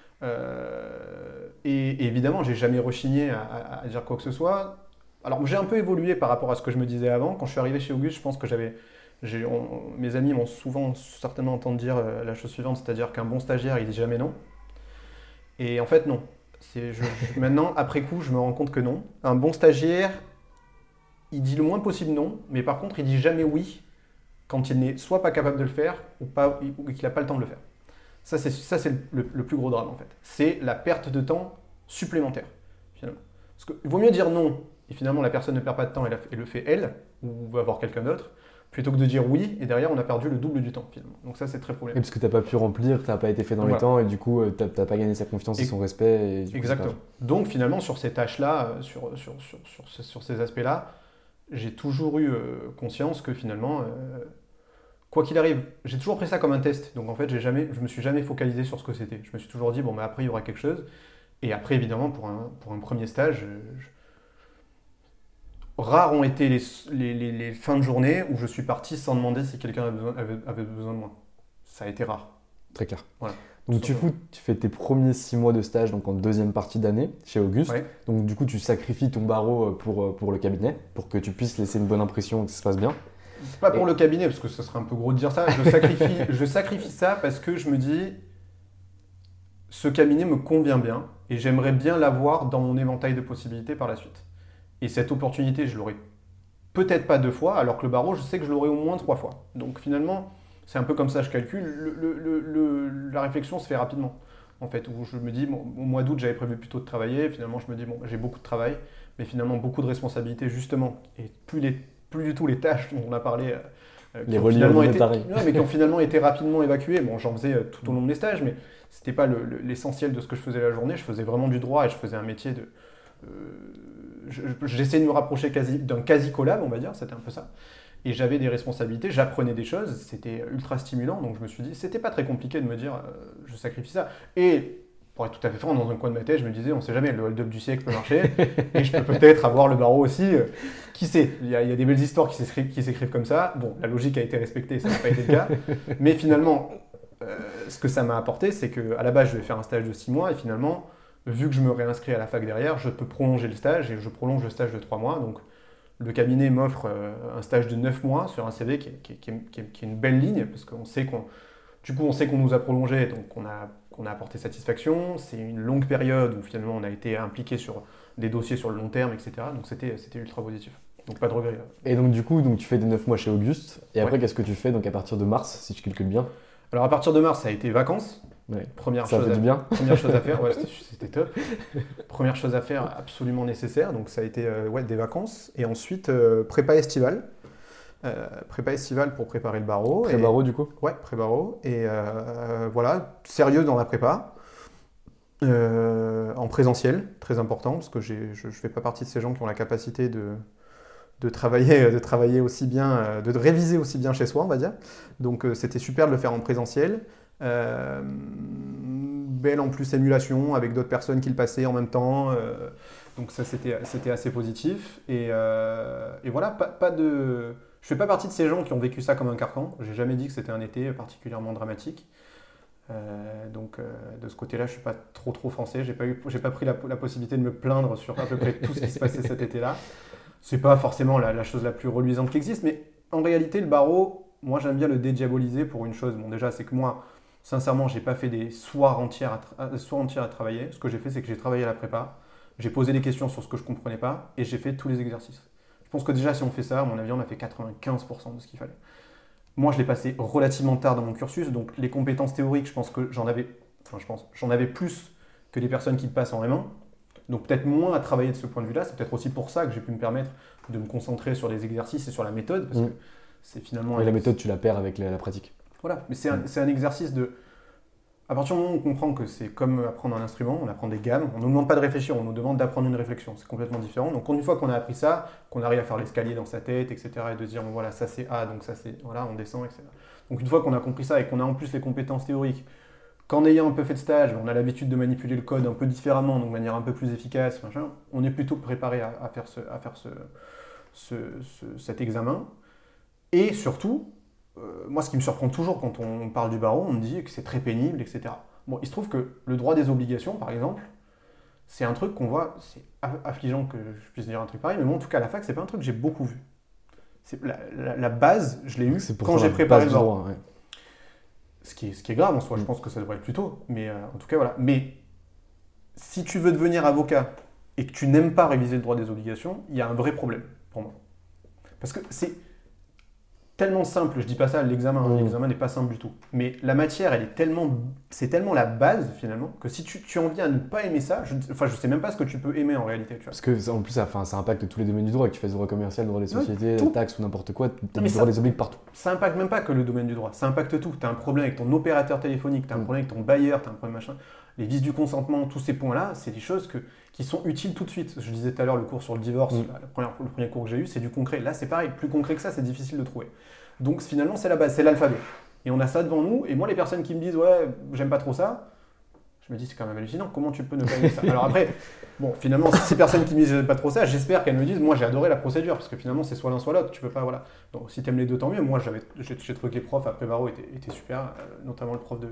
Et évidemment, j'ai jamais rechigné à dire quoi que ce soit. Alors j'ai un peu évolué par rapport à ce que je me disais avant. Quand je suis arrivé chez Auguste, je pense que mes amis m'ont certainement entendu dire la chose suivante, c'est-à-dire qu'un bon stagiaire, il dit jamais non. Et en fait, non. Maintenant, après coup, je me rends compte que non. Un bon stagiaire, il dit le moins possible non, mais par contre, il dit jamais oui quand il n'est soit pas capable de le faire ou qu'il n'a pas le temps de le faire. Ça, c'est le plus gros drame, en fait. C'est la perte de temps supplémentaire, finalement. Parce qu'il vaut mieux dire non, et finalement, la personne ne perd pas de temps et le fait elle, ou va voir quelqu'un d'autre, plutôt que de dire oui, et derrière, on a perdu le double du temps, finalement. Donc ça, c'est très problématique.
Et parce que tu n'as pas pu remplir, tu n'as pas été fait dans les temps, et du coup, tu n'as pas gagné sa confiance et son respect. Et
exactement. Donc finalement, sur ces tâches-là, sur ces aspects-là, j'ai toujours eu conscience que finalement, quoi qu'il arrive, j'ai toujours pris ça comme un test. Donc en fait, je me suis jamais focalisé sur ce que c'était. Je me suis toujours dit, bon, après, il y aura quelque chose. Et après, évidemment, pour un premier stage, rares ont été les fins de journée où je suis parti sans demander si quelqu'un avait besoin de moi. Ça a été rare.
Très clair.
Voilà.
Donc tu fais tes premiers 6 mois de stage donc en deuxième partie d'année chez Auguste. Ouais. Donc du coup, tu sacrifies ton barreau pour le cabinet, pour que tu puisses laisser une bonne impression et que ça se passe bien.
Pas pour le cabinet, parce que ce serait un peu gros de dire ça. Je sacrifie ça parce que je me dis, ce cabinet me convient bien et j'aimerais bien l'avoir dans mon éventail de possibilités par la suite. Et cette opportunité, je l'aurai peut-être pas 2 fois, alors que le barreau, je sais que je l'aurai au moins 3 fois. Donc finalement, c'est un peu comme ça que je calcule. La réflexion se fait rapidement, en fait, où je me dis, au mois d'août, j'avais prévu plutôt de travailler. Finalement, je me dis, j'ai beaucoup de travail. mais finalement beaucoup de responsabilités justement, et plus du tout les tâches dont on a parlé, qui ont finalement été rapidement évacuées. Bon, j'en faisais tout au long de mes stages, mais c'était pas l'essentiel de ce que je faisais la journée. Je faisais vraiment du droit et je faisais un métier de... J'essayais de me rapprocher d'un quasi-collab, on va dire, c'était un peu ça. Et j'avais des responsabilités, j'apprenais des choses, c'était ultra stimulant, donc je me suis dit, c'était pas très compliqué de me dire, je sacrifie ça. Et pour être tout à fait franc, dans un coin de ma tête, je me disais, on sait jamais, le hold-up du siècle peut marcher, et je peux peut-être avoir le barreau aussi. Qui sait, il y a des belles histoires qui s'écrivent comme ça. Bon, la logique a été respectée, ça n'a pas été le cas. Mais finalement, ce que ça m'a apporté, c'est qu'à la base, je vais faire un stage de 6 mois, et finalement, vu que je me réinscris à la fac derrière, je peux prolonger le stage, et je prolonge le stage de 3 mois. Donc, le cabinet m'offre un stage de 9 mois sur un CV qui est une belle ligne, parce qu'on sait qu'on nous a prolongé, donc on a apporté satisfaction. C'est une longue période où finalement on a été impliqué sur des dossiers sur le long terme, etc. Donc c'était ultra positif. Donc pas de regret.
Et donc du coup, tu fais des 9 mois chez Auguste, et après qu'est-ce que tu fais donc à partir de mars, si je calcule bien?
Alors à partir de mars, ça a été vacances.
Ouais.
Première chose à faire, ouais, c'était top. Première chose à faire absolument nécessaire, donc ça a été des vacances. Et ensuite, prépa estivale. Prépa estivale pour préparer le barreau.
Pré-barreau du coup?
Ouais, pré-barreau. Et voilà, sérieux dans la prépa. En présentiel, très important, parce que je ne fais pas partie de ces gens qui ont la capacité de travailler aussi bien, de réviser aussi bien chez soi, on va dire. Donc c'était super de le faire en présentiel. Belle en plus émulation avec d'autres personnes qui le passaient en même temps. Donc ça c'était assez positif. Et voilà, je fais pas partie de ces gens qui ont vécu ça comme un carcan. J'ai jamais dit que c'était un été particulièrement dramatique. Donc de ce côté-là, je suis pas trop français. J'ai pas pris la possibilité de me plaindre sur à peu près tout ce qui se passait cet été-là. C'est pas forcément la chose la plus reluisante qui existe, mais en réalité, le barreau, moi j'aime bien le dédiaboliser pour une chose. Bon, déjà, c'est que moi, sincèrement, j'ai pas fait des soirs entiers à travailler. Ce que j'ai fait, c'est que j'ai travaillé à la prépa, j'ai posé des questions sur ce que je comprenais pas et j'ai fait tous les exercices. Je pense que déjà, si on fait ça, à mon avis, on a fait 95% de ce qu'il fallait. Moi, je l'ai passé relativement tard dans mon cursus, donc les compétences théoriques, je pense que j'en avais plus que les personnes qui le passent en M1. Donc peut-être moins à travailler de ce point de vue-là. C'est peut-être aussi pour ça que j'ai pu me permettre de me concentrer sur les exercices et sur la méthode, parce que c'est finalement...
Et la méthode, tu la perds avec la pratique.
Voilà, mais c'est un exercice de... À partir du moment où on comprend que c'est comme apprendre un instrument, on apprend des gammes, on ne nous demande pas de réfléchir, on nous demande d'apprendre une réflexion. C'est complètement différent. Donc une fois qu'on a appris ça, qu'on arrive à faire l'escalier dans sa tête, etc., et de se dire, bon, voilà, ça c'est A, donc ça c'est... Voilà, on descend, etc. Donc une fois qu'on a compris ça et qu'on a en plus les compétences théoriques, qu'en ayant un peu fait de stage, on a l'habitude de manipuler le code un peu différemment, donc de manière un peu plus efficace, machin, on est plutôt préparé à faire cet examen. Et surtout, moi ce qui me surprend toujours quand on parle du barreau, on me dit que c'est très pénible, etc. Bon, il se trouve que le droit des obligations, par exemple, c'est un truc qu'on voit, c'est affligeant que je puisse dire un truc pareil, mais moi en tout cas à la fac, c'est pas un truc que j'ai beaucoup vu. La base, je l'ai eu quand j'ai préparé le barreau. Droit, ouais. Ce qui est grave en soi, je pense que ça devrait être plus tôt. Mais en tout cas, voilà. Mais si tu veux devenir avocat et que tu n'aimes pas réviser le droit des obligations, il y a un vrai problème pour moi. Parce que c'est tellement simple, je dis pas ça, l'examen n'est pas simple du tout. Mais la matière, c'est tellement la base finalement, que si tu en viens à ne pas aimer ça, je sais même pas ce que tu peux aimer en réalité. Tu vois.
Parce que en plus, ça impacte tous les domaines du droit, que tu fasses droit commercial, droit des sociétés, taxes ou n'importe quoi, tu as le droit des obligations partout.
Ça impacte même pas que le domaine du droit, ça impacte tout. Tu as un problème avec ton opérateur téléphonique, tu as un problème avec ton bailleur, tu as un problème machin. Les vices du consentement, tous ces points-là, c'est des choses qui sont utiles tout de suite. Je disais tout à l'heure le cours sur le divorce, le premier cours que j'ai eu, c'est du concret. Là, c'est pareil, plus concret que ça, c'est difficile de trouver. Donc finalement, c'est la base, c'est l'alphabet. Et on a ça devant nous, et moi, les personnes qui me disent « ouais, j'aime pas trop ça », je me dis, c'est quand même hallucinant, comment tu peux ne pas aimer ça? Alors après, bon, finalement, ces personnes qui me disent « j'aime pas trop ça », j'espère qu'elles me disent « moi, j'ai adoré la procédure », parce que finalement, c'est soit l'un, soit l'autre, tu peux pas, voilà. Donc si t'aimes les deux, tant mieux. Moi, j'ai trouvé que les profs après barreau étaient super, notamment le prof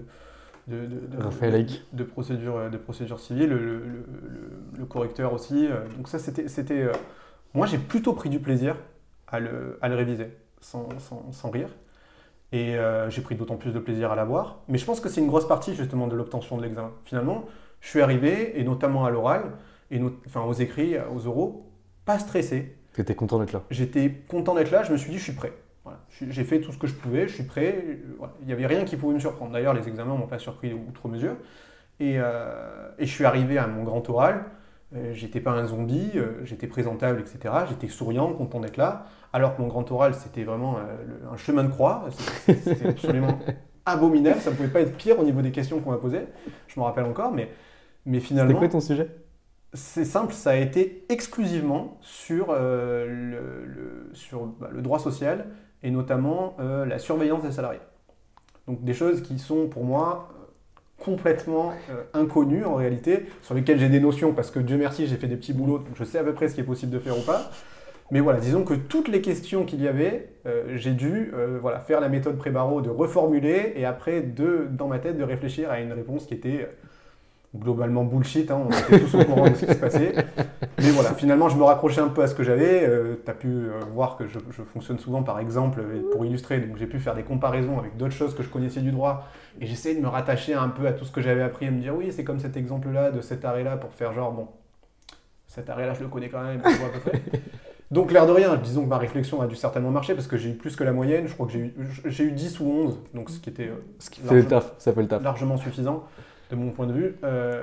de procédure civile, le correcteur aussi. Donc ça, c'était moi, j'ai plutôt pris du plaisir à le réviser. Sans rire. Et j'ai pris d'autant plus de plaisir à l'avoir. Mais je pense que c'est une grosse partie justement de l'obtention de l'examen. Finalement, je suis arrivé, et notamment à l'oral, aux écrits, aux oraux, pas stressé.
Tu étais content d'être là? J'étais
content d'être là, je me suis dit, je suis prêt. Voilà. J'ai fait tout ce que je pouvais, je suis prêt. Voilà. Il n'y avait rien qui pouvait me surprendre. D'ailleurs, les examens ne m'ont pas surpris outre mesure. Et je suis arrivé à mon grand oral. J'étais pas un zombie, j'étais présentable, etc. J'étais souriant, content d'être là. Alors que mon grand oral, c'était vraiment un chemin de croix. C'était absolument abominable. Ça ne pouvait pas être pire au niveau des questions qu'on m'a posées. Je m'en rappelle encore, mais finalement...
C'était quoi ton sujet ?
C'est simple, ça a été exclusivement sur le droit social et notamment la surveillance des salariés. Donc des choses qui sont pour moi complètement inconnues en réalité, sur lesquelles j'ai des notions parce que Dieu merci j'ai fait des petits boulots, donc je sais à peu près ce qui est possible de faire ou pas. Mais voilà, disons que toutes les questions qu'il y avait, j'ai dû faire la méthode pré-barreau de reformuler et après dans ma tête de réfléchir à une réponse qui était globalement bullshit, hein, on était tous au courant de ce qui se passait. Mais voilà, finalement je me raccrochais un peu à ce que j'avais. Tu as pu voir que je fonctionne souvent par exemple pour illustrer, donc j'ai pu faire des comparaisons avec d'autres choses que je connaissais du droit et j'essayais de me rattacher un peu à tout ce que j'avais appris et me dire oui c'est comme cet exemple-là, de cet arrêt-là pour faire genre bon, cet arrêt-là je le connais quand même, je vois à peu près. Donc l'air de rien, disons que ma réflexion a dû certainement marcher parce que j'ai eu plus que la moyenne, je crois que j'ai eu 10 ou 11, donc ce qui était
fait le taf, ça fait le taf.
Largement suffisant de mon point de vue,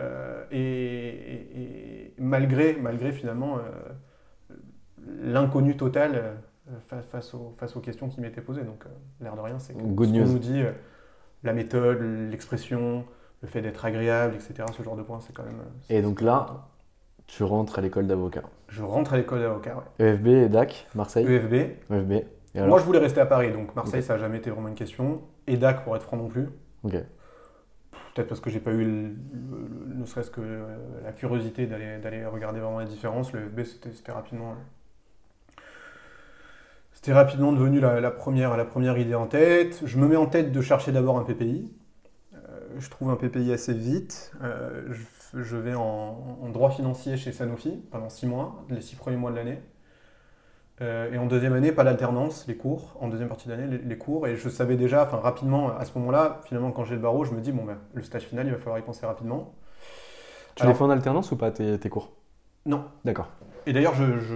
et malgré finalement l'inconnu total face aux questions qui m'étaient posées. Donc l'air de rien, c'est que ce qu'on nous dit, la méthode, l'expression, le fait d'être agréable, etc., ce genre de points, c'est quand même...
Et donc là, tu rentres à l'école d'avocat.
Je rentre à l'école d'avocat, ouais.
EFB et DAC, Marseille.
EFB.
Et alors ?
Moi, je voulais rester à Paris, donc Marseille, ça n'a jamais été vraiment une question. Et DAC, pour être franc non plus.
Ok.
Peut-être parce que j'ai pas eu ne serait-ce que la curiosité d'aller regarder vraiment les différences. Le FB, c'était rapidement devenu la première idée en tête. Je me mets en tête de chercher d'abord un PPI. Je trouve un PPI assez vite. Je vais en droit financier chez Sanofi pendant 6 mois, les 6 premiers mois de l'année. Et en deuxième année, pas d'alternance, les cours. En deuxième partie d'année, les cours. Et je savais déjà, rapidement, à ce moment-là, finalement, quand j'ai le barreau, je me dis, le stage final, il va falloir y penser rapidement.
Tu les fais en alternance ou pas, tes cours ?
Non.
D'accord.
Et d'ailleurs,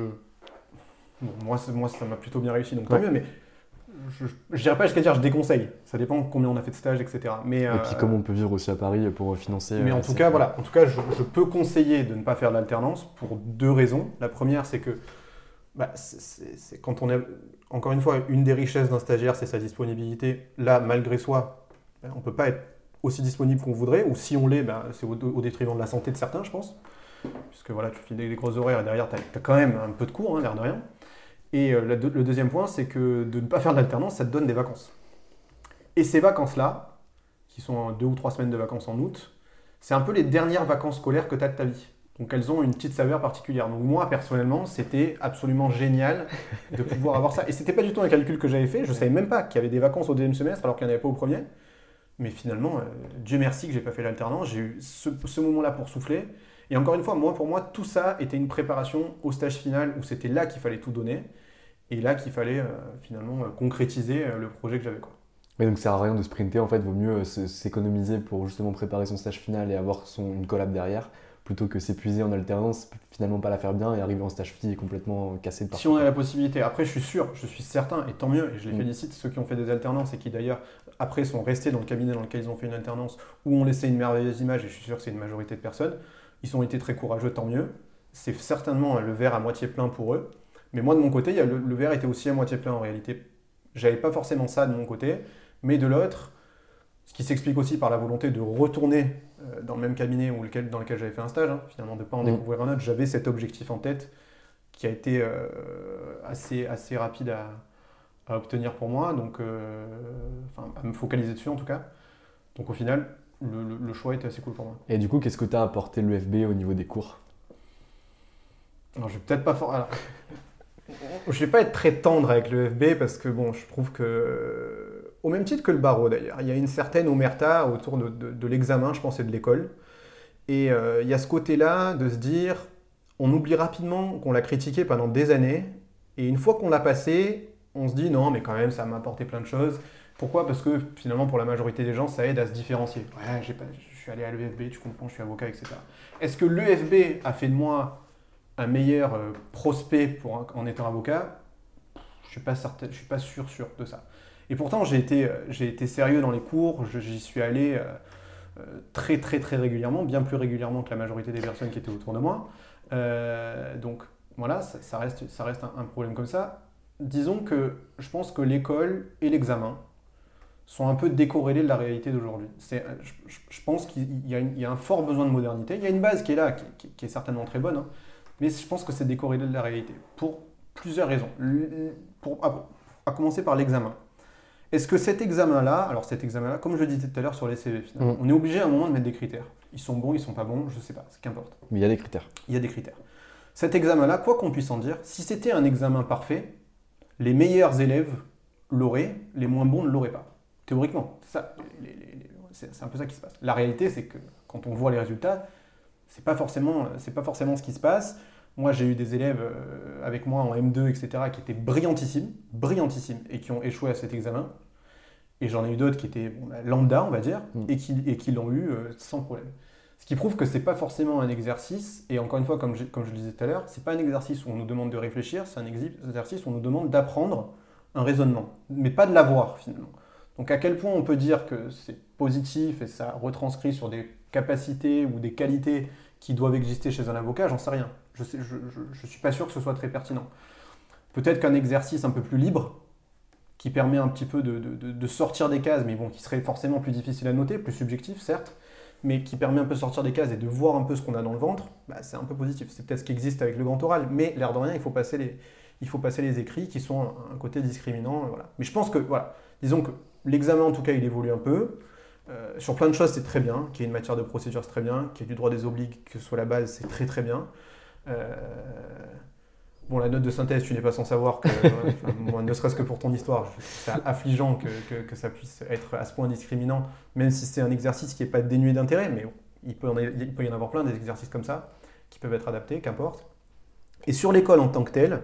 moi, ça m'a plutôt bien réussi, donc tant mieux, mais je dirais pas jusqu'à dire je déconseille. Ça dépend combien on a fait de stages, etc. Et
puis comment on peut vivre aussi à Paris pour financer...
Mais en tout cas, je peux conseiller de ne pas faire de l'alternance pour 2 raisons. La première, c'est que c'est quand on est, encore une fois, une des richesses d'un stagiaire, c'est sa disponibilité. Là, malgré soi, on ne peut pas être aussi disponible qu'on voudrait, ou si on l'est, c'est au détriment de la santé de certains, je pense. Puisque voilà, tu fais des gros horaires et derrière, tu as quand même un peu de cours, l'air de rien. Et le deuxième point, c'est que de ne pas faire de l'alternance, ça te donne des vacances. Et ces vacances-là, qui sont 2 ou 3 semaines de vacances en août, c'est un peu les dernières vacances scolaires que tu as de ta vie. Donc elles ont une petite saveur particulière. Donc moi, personnellement, c'était absolument génial de pouvoir avoir ça. Et c'était pas du tout un calcul que j'avais fait. Je savais même pas qu'il y avait des vacances au deuxième semestre alors qu'il n'y en avait pas au premier. Mais finalement, Dieu merci que j'ai pas fait l'alternance. J'ai eu ce moment-là pour souffler. Et encore une fois, pour moi, tout ça était une préparation au stage final où c'était là qu'il fallait tout donner. Et là qu'il fallait finalement concrétiser le projet que j'avais, quoi.
Mais donc ça sert à rien de sprinter, en fait, vaut mieux s'économiser pour justement préparer son stage final et avoir une collab derrière, plutôt que s'épuiser en alternance, finalement pas la faire bien et arriver en stage fi complètement cassé de partout.
Si on a la possibilité, après je suis certain, et tant mieux, et je les félicite, ceux qui ont fait des alternances et qui d'ailleurs après sont restés dans le cabinet dans lequel ils ont fait une alternance ou ont laissé une merveilleuse image, et je suis sûr que c'est une majorité de personnes, ils ont été très courageux, tant mieux. C'est certainement le verre à moitié plein pour eux, mais moi de mon côté, le verre était aussi à moitié plein en réalité. J'avais pas forcément ça de mon côté, mais de l'autre, ce qui s'explique aussi par la volonté de retourner dans le même cabinet dans lequel j'avais fait un stage, finalement de ne pas en découvrir un autre. J'avais cet objectif en tête qui a été assez rapide à obtenir pour moi, donc, à me focaliser dessus en tout cas. Donc au final, le choix était assez cool pour moi.
Et du coup, qu'est-ce que tu as apporté l'UFB au niveau des cours ?
Alors, je vais peut-être pas... je vais pas être très tendre avec l'EFB parce que je trouve que, au même titre que le barreau d'ailleurs, il y a une certaine omerta autour de l'examen, je pense, et de l'école. Et il y a ce côté-là de se dire, on oublie rapidement qu'on l'a critiqué pendant des années, et une fois qu'on l'a passé, on se dit non, mais quand même, ça m'a apporté plein de choses. Pourquoi ? Parce que finalement, pour la majorité des gens, ça aide à se différencier. Ouais, je suis allé à l'EFB, tu comprends, je suis avocat, etc. Est-ce que l'EFB a fait de moi un meilleur prospect en étant avocat? Je suis pas certain, je suis pas sûr de ça. Et pourtant, j'ai été sérieux dans les cours, j'y suis allé très très très régulièrement, bien plus régulièrement que la majorité des personnes qui étaient autour de moi. Donc voilà, ça reste un problème comme ça. Disons que je pense que l'école et l'examen sont un peu décorrélés de la réalité d'aujourd'hui. Je pense qu'il y a un fort besoin de modernité. Il y a une base qui est là, qui est certainement très bonne, hein, mais je pense que c'est décorrélé de la réalité, pour plusieurs raisons. À commencer par l'examen. Est-ce que cet examen-là, comme je le disais tout à l'heure sur les CV, finalement, on est obligé à un moment de mettre des critères. Ils sont bons, ils sont pas bons, je sais pas, qu'importe.
Mais il y a des critères.
Il y a des critères. Cet examen-là, quoi qu'on puisse en dire, si c'était un examen parfait, les meilleurs élèves l'auraient, les moins bons ne l'auraient pas. Théoriquement, c'est ça, c'est un peu ça qui se passe. La réalité, c'est que quand on voit les résultats, c'est pas forcément ce qui se passe. Moi, j'ai eu des élèves avec moi en M2, etc., qui étaient brillantissimes, et qui ont échoué à cet examen. Et j'en ai eu d'autres qui étaient lambda, on va dire, et qui l'ont eu sans problème. Ce qui prouve que c'est pas forcément un exercice, et encore une fois, comme je le disais tout à l'heure, c'est pas un exercice où on nous demande de réfléchir, c'est un exercice où on nous demande d'apprendre un raisonnement, mais pas de l'avoir finalement. Donc à quel point on peut dire que c'est positif et ça retranscrit sur des capacités ou des qualités qui doivent exister chez un avocat, j'en sais rien. Je suis pas sûr que ce soit très pertinent. Peut-être qu'un exercice un peu plus libre, qui permet un petit peu de sortir des cases, mais bon, qui serait forcément plus difficile à noter, plus subjectif certes, mais qui permet un peu de sortir des cases et de voir un peu ce qu'on a dans le ventre, c'est un peu positif. C'est peut-être ce qui existe avec le grand oral, mais l'air de rien, il faut passer les écrits qui sont un côté discriminant. Voilà. Mais je pense que, voilà, disons que l'examen en tout cas, il évolue un peu. Sur plein de choses, c'est très bien. Qu'il y ait une matière de procédure, c'est très bien. Qu'il y ait du droit des obligues, que ce soit la base, c'est très très bien. Bon, la note de synthèse, tu n'es pas sans savoir que, moi, ne serait-ce que pour ton histoire, c'est affligeant que ça puisse être à ce point discriminant, même si c'est un exercice qui n'est pas dénué d'intérêt, mais bon, il peut y en avoir plein des exercices comme ça, qui peuvent être adaptés, qu'importe. Et sur l'école en tant que telle,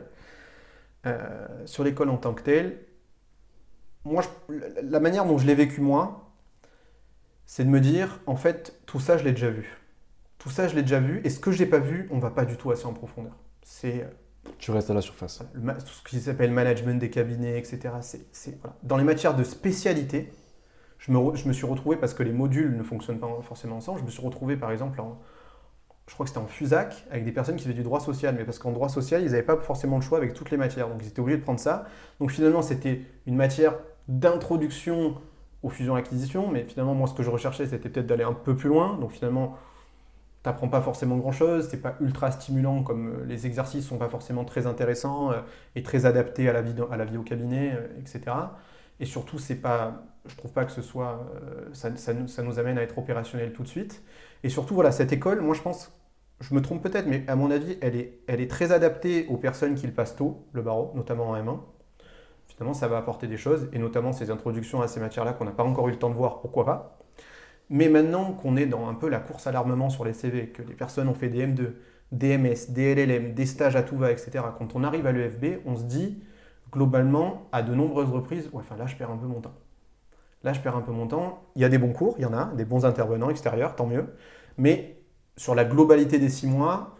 moi, la manière dont je l'ai vécu moi, c'est de me dire, en fait, tout ça, je l'ai déjà vu. Tout ça, je l'ai déjà vu, et ce que je n'ai pas vu, on ne va pas du tout assez en profondeur.
Tu restes à la surface.
Tout ce qui s'appelle management des cabinets, etc. Voilà. Dans les matières de spécialité, je me suis retrouvé, parce que les modules ne fonctionnent pas forcément ensemble, je me suis retrouvé par exemple je crois que c'était en FUSAC, avec des personnes qui faisaient du droit social, mais parce qu'en droit social, ils n'avaient pas forcément le choix avec toutes les matières, donc ils étaient obligés de prendre ça. Donc finalement, c'était une matière d'introduction aux fusions-acquisitions, mais finalement, moi, ce que je recherchais, c'était peut-être d'aller un peu plus loin, donc finalement, tu n'apprends pas forcément grand-chose, c'est pas ultra stimulant, comme les exercices sont pas forcément très intéressants et très adaptés à la vie au cabinet, etc. Et surtout, je trouve pas que ce soit, ça nous amène à être opérationnel tout de suite. Et surtout, voilà, cette école, moi je pense, je me trompe peut-être, mais à mon avis, elle est très adaptée aux personnes qui le passent tôt, le barreau, notamment en M1. Finalement, ça va apporter des choses, et notamment ces introductions à ces matières-là qu'on n'a pas encore eu le temps de voir, pourquoi pas. Mais maintenant qu'on est dans un peu la course à l'armement sur les CV, que les personnes ont fait des M2, des MS, des LLM, des stages à tout va, etc., quand on arrive à l'EFB, on se dit, globalement, à de nombreuses reprises, là je perds un peu mon temps. Il y a des bons cours, il y en a, des bons intervenants extérieurs, tant mieux. Mais sur la globalité des 6 mois,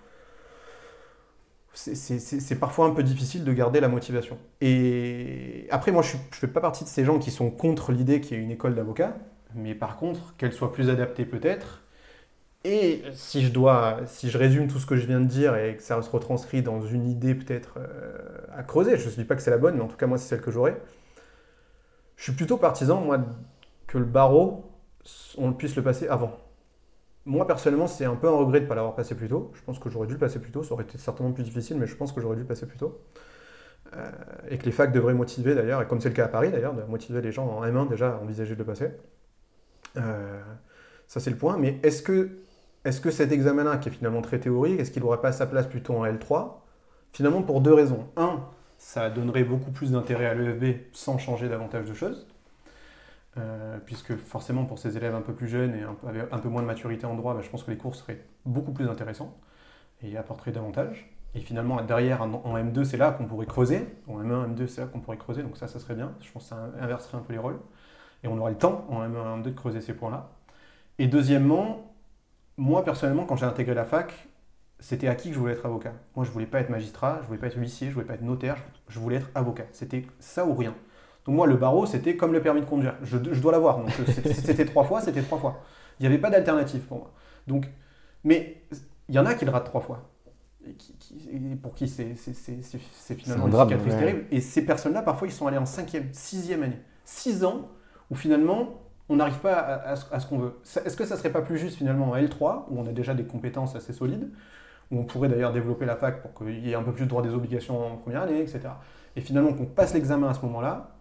c'est parfois un peu difficile de garder la motivation. Et après, moi, je ne fais pas partie de ces gens qui sont contre l'idée qu'il y ait une école d'avocats, mais par contre, qu'elle soit plus adaptée peut-être. Et si je résume tout ce que je viens de dire et que ça se retranscrit dans une idée peut-être à creuser, je ne dis pas que c'est la bonne, mais en tout cas, moi, c'est celle que j'aurais. Je suis plutôt partisan, moi, que le barreau, on puisse le passer avant. Moi, personnellement, c'est un peu un regret de ne pas l'avoir passé plus tôt. Je pense que j'aurais dû le passer plus tôt. Ça aurait été certainement plus difficile, mais je pense que j'aurais dû le passer plus tôt. Et que les facs devraient motiver, d'ailleurs, et comme c'est le cas à Paris, d'ailleurs, de motiver les gens en M1 déjà à envisager de le passer. Ça, c'est le point. Mais est-ce que cet examen-là, qui est finalement très théorique, est-ce qu'il n'aurait pas sa place plutôt en L3 ? Finalement, pour 2 raisons. Ça donnerait beaucoup plus d'intérêt à l'EFB sans changer davantage de choses, puisque forcément pour ces élèves un peu plus jeunes et avec un peu moins de maturité en droit, je pense que les cours seraient beaucoup plus intéressants et apporteraient davantage. Et finalement, derrière, en M2, c'est là qu'on pourrait creuser. En M1, M2, c'est là qu'on pourrait creuser, donc ça serait bien. Je pense que ça inverserait un peu les rôles. Et on aurait le temps, en M1, M2, de creuser ces points-là. Et deuxièmement, moi, personnellement, quand j'ai intégré la fac, c'était acquis que je voulais être avocat. Moi, je voulais pas être magistrat, je voulais pas être huissier, je voulais pas être notaire, je voulais être avocat. C'était ça ou rien. Donc moi, le barreau, c'était comme le permis de conduire. Je dois l'avoir. Donc c'était 3 fois, c'était 3 fois. Il n'y avait pas d'alternative pour moi. Donc, mais il y en a qui le ratent 3 fois. et pour qui c'est finalement
un
une
drame,
cicatrice
ouais.
terrible. Et ces personnes-là, parfois, ils sont allés en 5e, 6e année. 6 ans où finalement, on n'arrive pas à ce qu'on veut. Est-ce que ça serait pas plus juste finalement en L3, où on a déjà des compétences assez solides, où on pourrait d'ailleurs développer la fac pour qu'il y ait un peu plus de droit des obligations en première année, etc. Et finalement, qu'on passe l'examen à ce moment-là,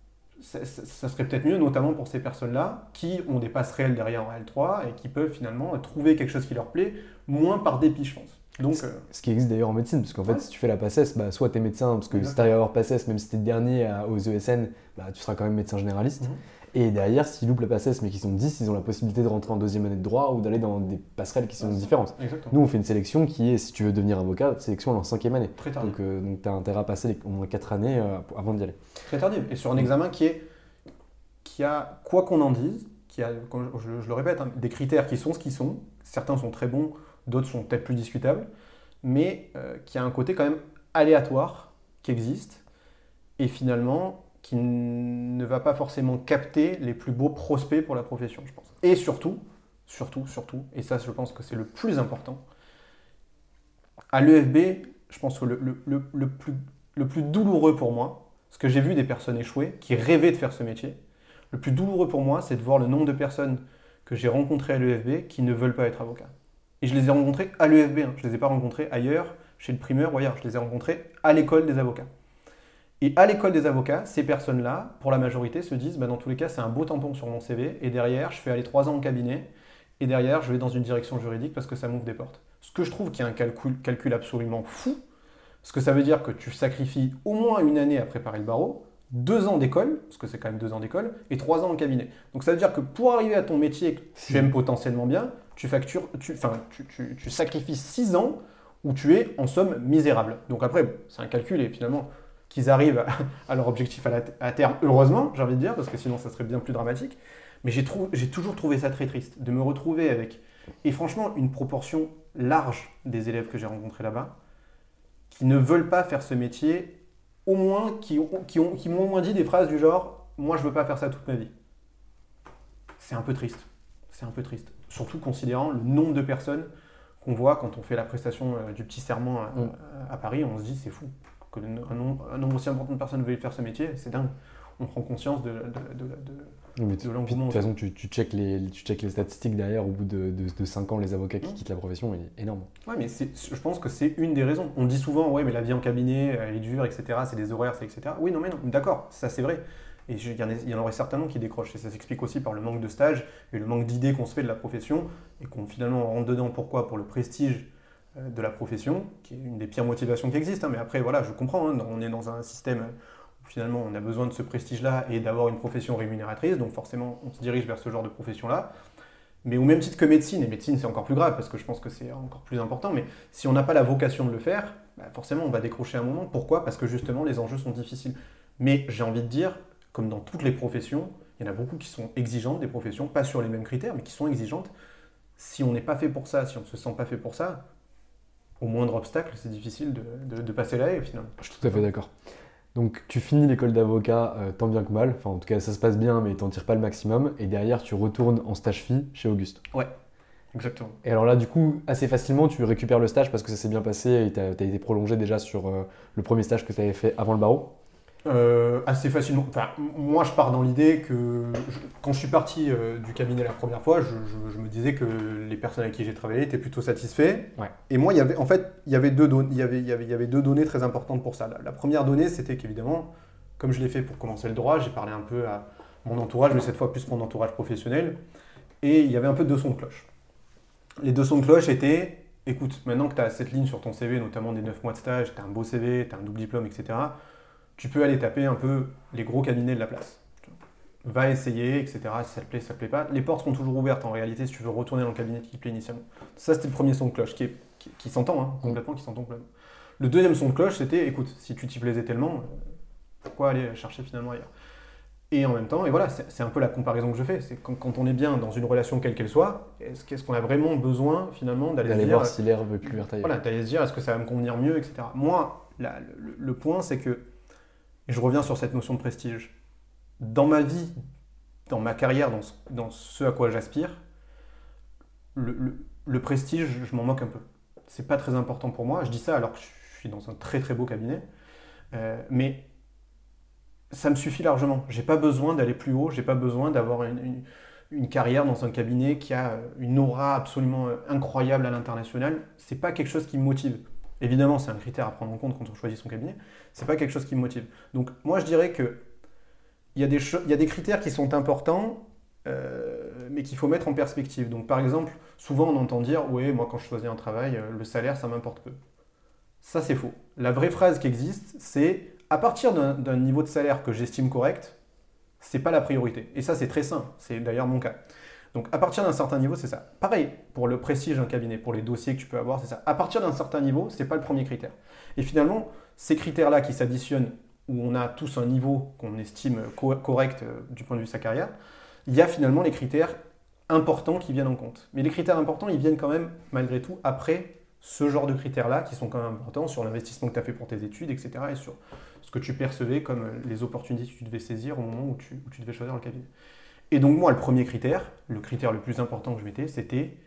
ça serait peut-être mieux, notamment pour ces personnes-là qui ont des passes réelles derrière en L3 et qui peuvent finalement trouver quelque chose qui leur plaît, moins par dépit, je pense. Donc,
Ce qui existe d'ailleurs en médecine, parce qu'en fait, si tu fais la PACES, bah, soit tu es médecin, parce que si tu arrives à avoir PACES, même si tu es dernier aux ESN, bah, tu seras quand même médecin généraliste. Et derrière, s'ils loupent la PACES, mais qu'ils sont 10, ils ont la possibilité de rentrer en deuxième année de droit ou d'aller dans des passerelles qui sont différentes.
Exactement.
Nous, on fait une sélection qui est, si tu veux devenir avocat, sélection en 5e année.
Très tardif.
Donc tu as intérêt à passer au moins 4 années avant d'y aller.
Très tardif. Et sur un examen qui a, quoi qu'on en dise, qui a, je le répète, hein, des critères qui sont ce qu'ils sont. Certains sont très bons, d'autres sont peut-être plus discutables, mais qui a un côté quand même aléatoire qui existe et finalement qui ne va pas forcément capter les plus beaux prospects pour la profession, je pense. Et surtout, et ça je pense que c'est le plus important, à l'EFB, je pense que le plus douloureux pour moi, parce que j'ai vu des personnes échouer qui rêvaient de faire ce métier, le plus douloureux pour moi, c'est de voir le nombre de personnes que j'ai rencontrées à l'EFB qui ne veulent pas être avocats. Et je les ai rencontrés à l'EFB, hein. Je ne les ai pas rencontrés ailleurs, chez le primeur ou ailleurs, je les ai rencontrés à l'école des avocats. Et à l'école des avocats, ces personnes-là, pour la majorité, se disent dans tous les cas, c'est un beau tampon sur mon CV, et derrière, je fais aller 3 ans en cabinet, et derrière, je vais dans une direction juridique parce que ça m'ouvre des portes. Ce que je trouve qui est un calcul absolument fou, parce que ça veut dire que tu sacrifies au moins une année à préparer le barreau, 2 ans d'école, parce que c'est quand même 2 ans d'école, et 3 ans en cabinet. Donc ça veut dire que pour arriver à ton métier que tu aimes potentiellement bien, tu sacrifies 6 ans où tu es en somme misérable. Donc après, c'est un calcul et finalement, qu'ils arrivent à leur objectif à terme, heureusement, j'ai envie de dire, parce que sinon ça serait bien plus dramatique. Mais j'ai toujours trouvé ça très triste, de me retrouver avec, et franchement, une proportion large des élèves que j'ai rencontrés là-bas, qui ne veulent pas faire ce métier, au moins, qui m'ont au moins dit des phrases du genre « moi je veux pas faire ça toute ma vie ». C'est un peu triste, surtout considérant le nombre de personnes qu'on voit quand on fait la prestation du petit serment à Paris, on se dit c'est fou. Que un nombre aussi important de personnes veulent faire ce métier, c'est dingue. On prend conscience de l'engouement.
De toute façon, tu checkes les statistiques derrière, au bout de 5 ans, les avocats qui quittent la profession, il est énorme.
Ouais, mais je pense que c'est une des raisons. On dit souvent, ouais, mais la vie en cabinet, elle est dure, etc., c'est des horaires, c'est etc. Oui, non, mais non, d'accord, ça c'est vrai. Et il y en aurait certainement qui décrochent. Et ça s'explique aussi par le manque de stage et le manque d'idées qu'on se fait de la profession et qu'on finalement rentre dedans. Pourquoi ? Pour le prestige de la profession, qui est une des pires motivations qui existent. Hein. Mais après, voilà, je comprends, hein, on est dans un système où finalement on a besoin de ce prestige-là et d'avoir une profession rémunératrice, donc forcément on se dirige vers ce genre de profession-là. Mais au même titre que médecine, et médecine c'est encore plus grave parce que je pense que c'est encore plus important, mais si on n'a pas la vocation de le faire, forcément on va décrocher un moment. Pourquoi ? Parce que justement les enjeux sont difficiles. Mais j'ai envie de dire, comme dans toutes les professions, il y en a beaucoup qui sont exigeantes, des professions, pas sur les mêmes critères, mais qui sont exigeantes. Si on n'est pas fait pour ça, si on ne se sent pas fait pour ça, au moindre obstacle, c'est difficile de passer la haie, finalement.
Je suis tout à fait d'accord. Donc, tu finis l'école d'avocat tant bien que mal. Enfin, en tout cas, ça se passe bien, mais tu n'en tires pas le maximum. Et derrière, tu retournes en stage FI chez Auguste.
Ouais, exactement.
Et alors là, du coup, assez facilement, tu récupères le stage parce que ça s'est bien passé et tu as été prolongé déjà sur le premier stage que tu avais fait avant le barreau.
Assez facilement. Enfin, moi, je pars dans l'idée que quand je suis parti du cabinet la première fois, je me disais que les personnes avec qui j'ai travaillé étaient plutôt satisfaits.
Ouais.
Et moi, il y avait deux données très importantes pour ça. La première donnée, c'était qu'évidemment, comme je l'ai fait pour commencer le droit, j'ai parlé un peu à mon entourage, mais cette fois plus mon entourage professionnel. Et il y avait un peu deux sons de cloche. Les deux sons de cloche étaient, écoute, maintenant que tu as cette ligne sur ton CV, notamment des 9 mois de stage, tu as un beau CV, tu as un double diplôme, etc., tu peux aller taper un peu les gros cabinets de la place. Va essayer, etc. Si ça te plaît, ça te plaît pas. Les portes sont toujours ouvertes en réalité si tu veux retourner dans le cabinet qui te plaît initialement. Ça, c'était le premier son de cloche qui s'entend, hein, complètement, qui s'entend complètement. Le deuxième son de cloche, c'était, écoute, si tu t'y plaisais tellement, pourquoi aller chercher finalement ailleurs ? Et en même temps, et voilà, c'est un peu la comparaison que je fais, c'est quand on est bien dans une relation quelle qu'elle soit, qu'est-ce qu'on a vraiment besoin finalement d'aller se dire...
voir si l'herbe est plus verte ailleurs.
Voilà, d'aller se dire, est-ce que ça va me convenir mieux, etc. Moi, le point, c'est que, et je reviens sur cette notion de prestige, dans ma vie, dans ma carrière, dans ce à quoi j'aspire, le prestige, je m'en moque un peu. c'est pas très important pour moi. Je dis ça alors que je suis dans un très très beau cabinet, mais ça me suffit largement. J'ai pas besoin d'aller plus haut, j'ai pas besoin d'avoir une carrière dans un cabinet qui a une aura absolument incroyable à l'international. C'est pas quelque chose qui me motive. Évidemment, c'est un critère à prendre en compte quand on choisit son cabinet. C'est pas quelque chose qui me motive. Donc moi, je dirais que il y a des critères qui sont importants, mais qu'il faut mettre en perspective. Donc par exemple, souvent on entend dire « ouais, moi quand je choisis un travail, le salaire, ça m'importe peu ». Ça, c'est faux. La vraie phrase qui existe, c'est « à partir d'un niveau de salaire que j'estime correct, c'est pas la priorité ». Et ça, c'est très sain. C'est d'ailleurs mon cas. Donc à partir d'un certain niveau, c'est ça. Pareil, pour le prestige d'un cabinet, pour les dossiers que tu peux avoir, c'est ça. À partir d'un certain niveau, c'est pas le premier critère. Et finalement, ces critères-là qui s'additionnent, où on a tous un niveau qu'on estime correct du point de vue de sa carrière, il y a finalement les critères importants qui viennent en compte. Mais les critères importants, ils viennent quand même, malgré tout, après ce genre de critères-là, qui sont quand même importants sur l'investissement que tu as fait pour tes études, etc. et sur ce que tu percevais comme les opportunités que tu devais saisir au moment où tu devais choisir le cabinet. Et donc moi, le premier critère, le critère le plus important que je mettais, c'était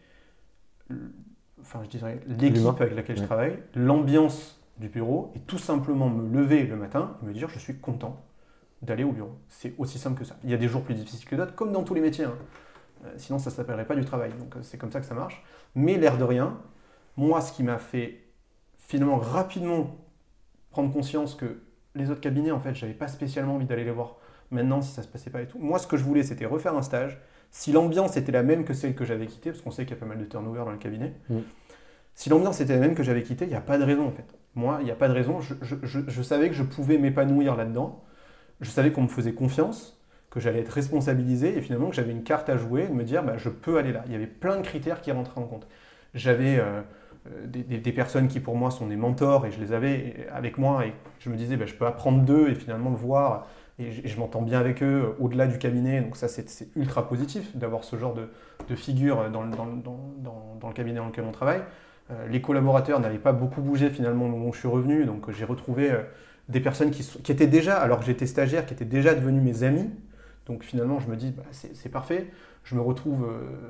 l'équipe avec laquelle je travaille, l'ambiance du bureau, et tout simplement me lever le matin et me dire je suis content d'aller au bureau. C'est aussi simple que ça. Il y a des jours plus difficiles que d'autres, comme dans tous les métiers. Sinon, ça ne s'appellerait pas du travail. Donc c'est comme ça que ça marche. Mais l'air de rien, moi, ce qui m'a fait finalement rapidement prendre conscience que les autres cabinets, en fait, j'avais pas spécialement envie d'aller les voir maintenant si ça se passait pas et tout. Moi, ce que je voulais, c'était refaire un stage. Si l'ambiance était la même que celle que j'avais quittée, parce qu'on sait qu'il y a pas mal de turnover dans le cabinet, si l'ambiance était la même que j'avais quittée, il n'y a pas de raison, en fait. Moi, il n'y a pas de raison. Je savais que je pouvais m'épanouir là-dedans. Je savais qu'on me faisait confiance, que j'allais être responsabilisé et finalement que j'avais une carte à jouer, de me dire je peux aller là. Il y avait plein de critères qui rentraient en compte. J'avais des personnes qui pour moi sont des mentors et je les avais avec moi et je me disais je peux apprendre d'eux et finalement le voir et je m'entends bien avec eux au-delà du cabinet. Donc ça c'est ultra positif d'avoir ce genre de figure dans le cabinet dans lequel on travaille. Les collaborateurs n'avaient pas beaucoup bougé finalement au moment où je suis revenu, donc j'ai retrouvé des personnes qui étaient déjà, alors que j'étais stagiaire, qui étaient déjà devenues mes amis. Donc finalement, je me dis, c'est parfait. Je me retrouve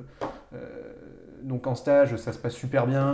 donc en stage, ça se passe super bien.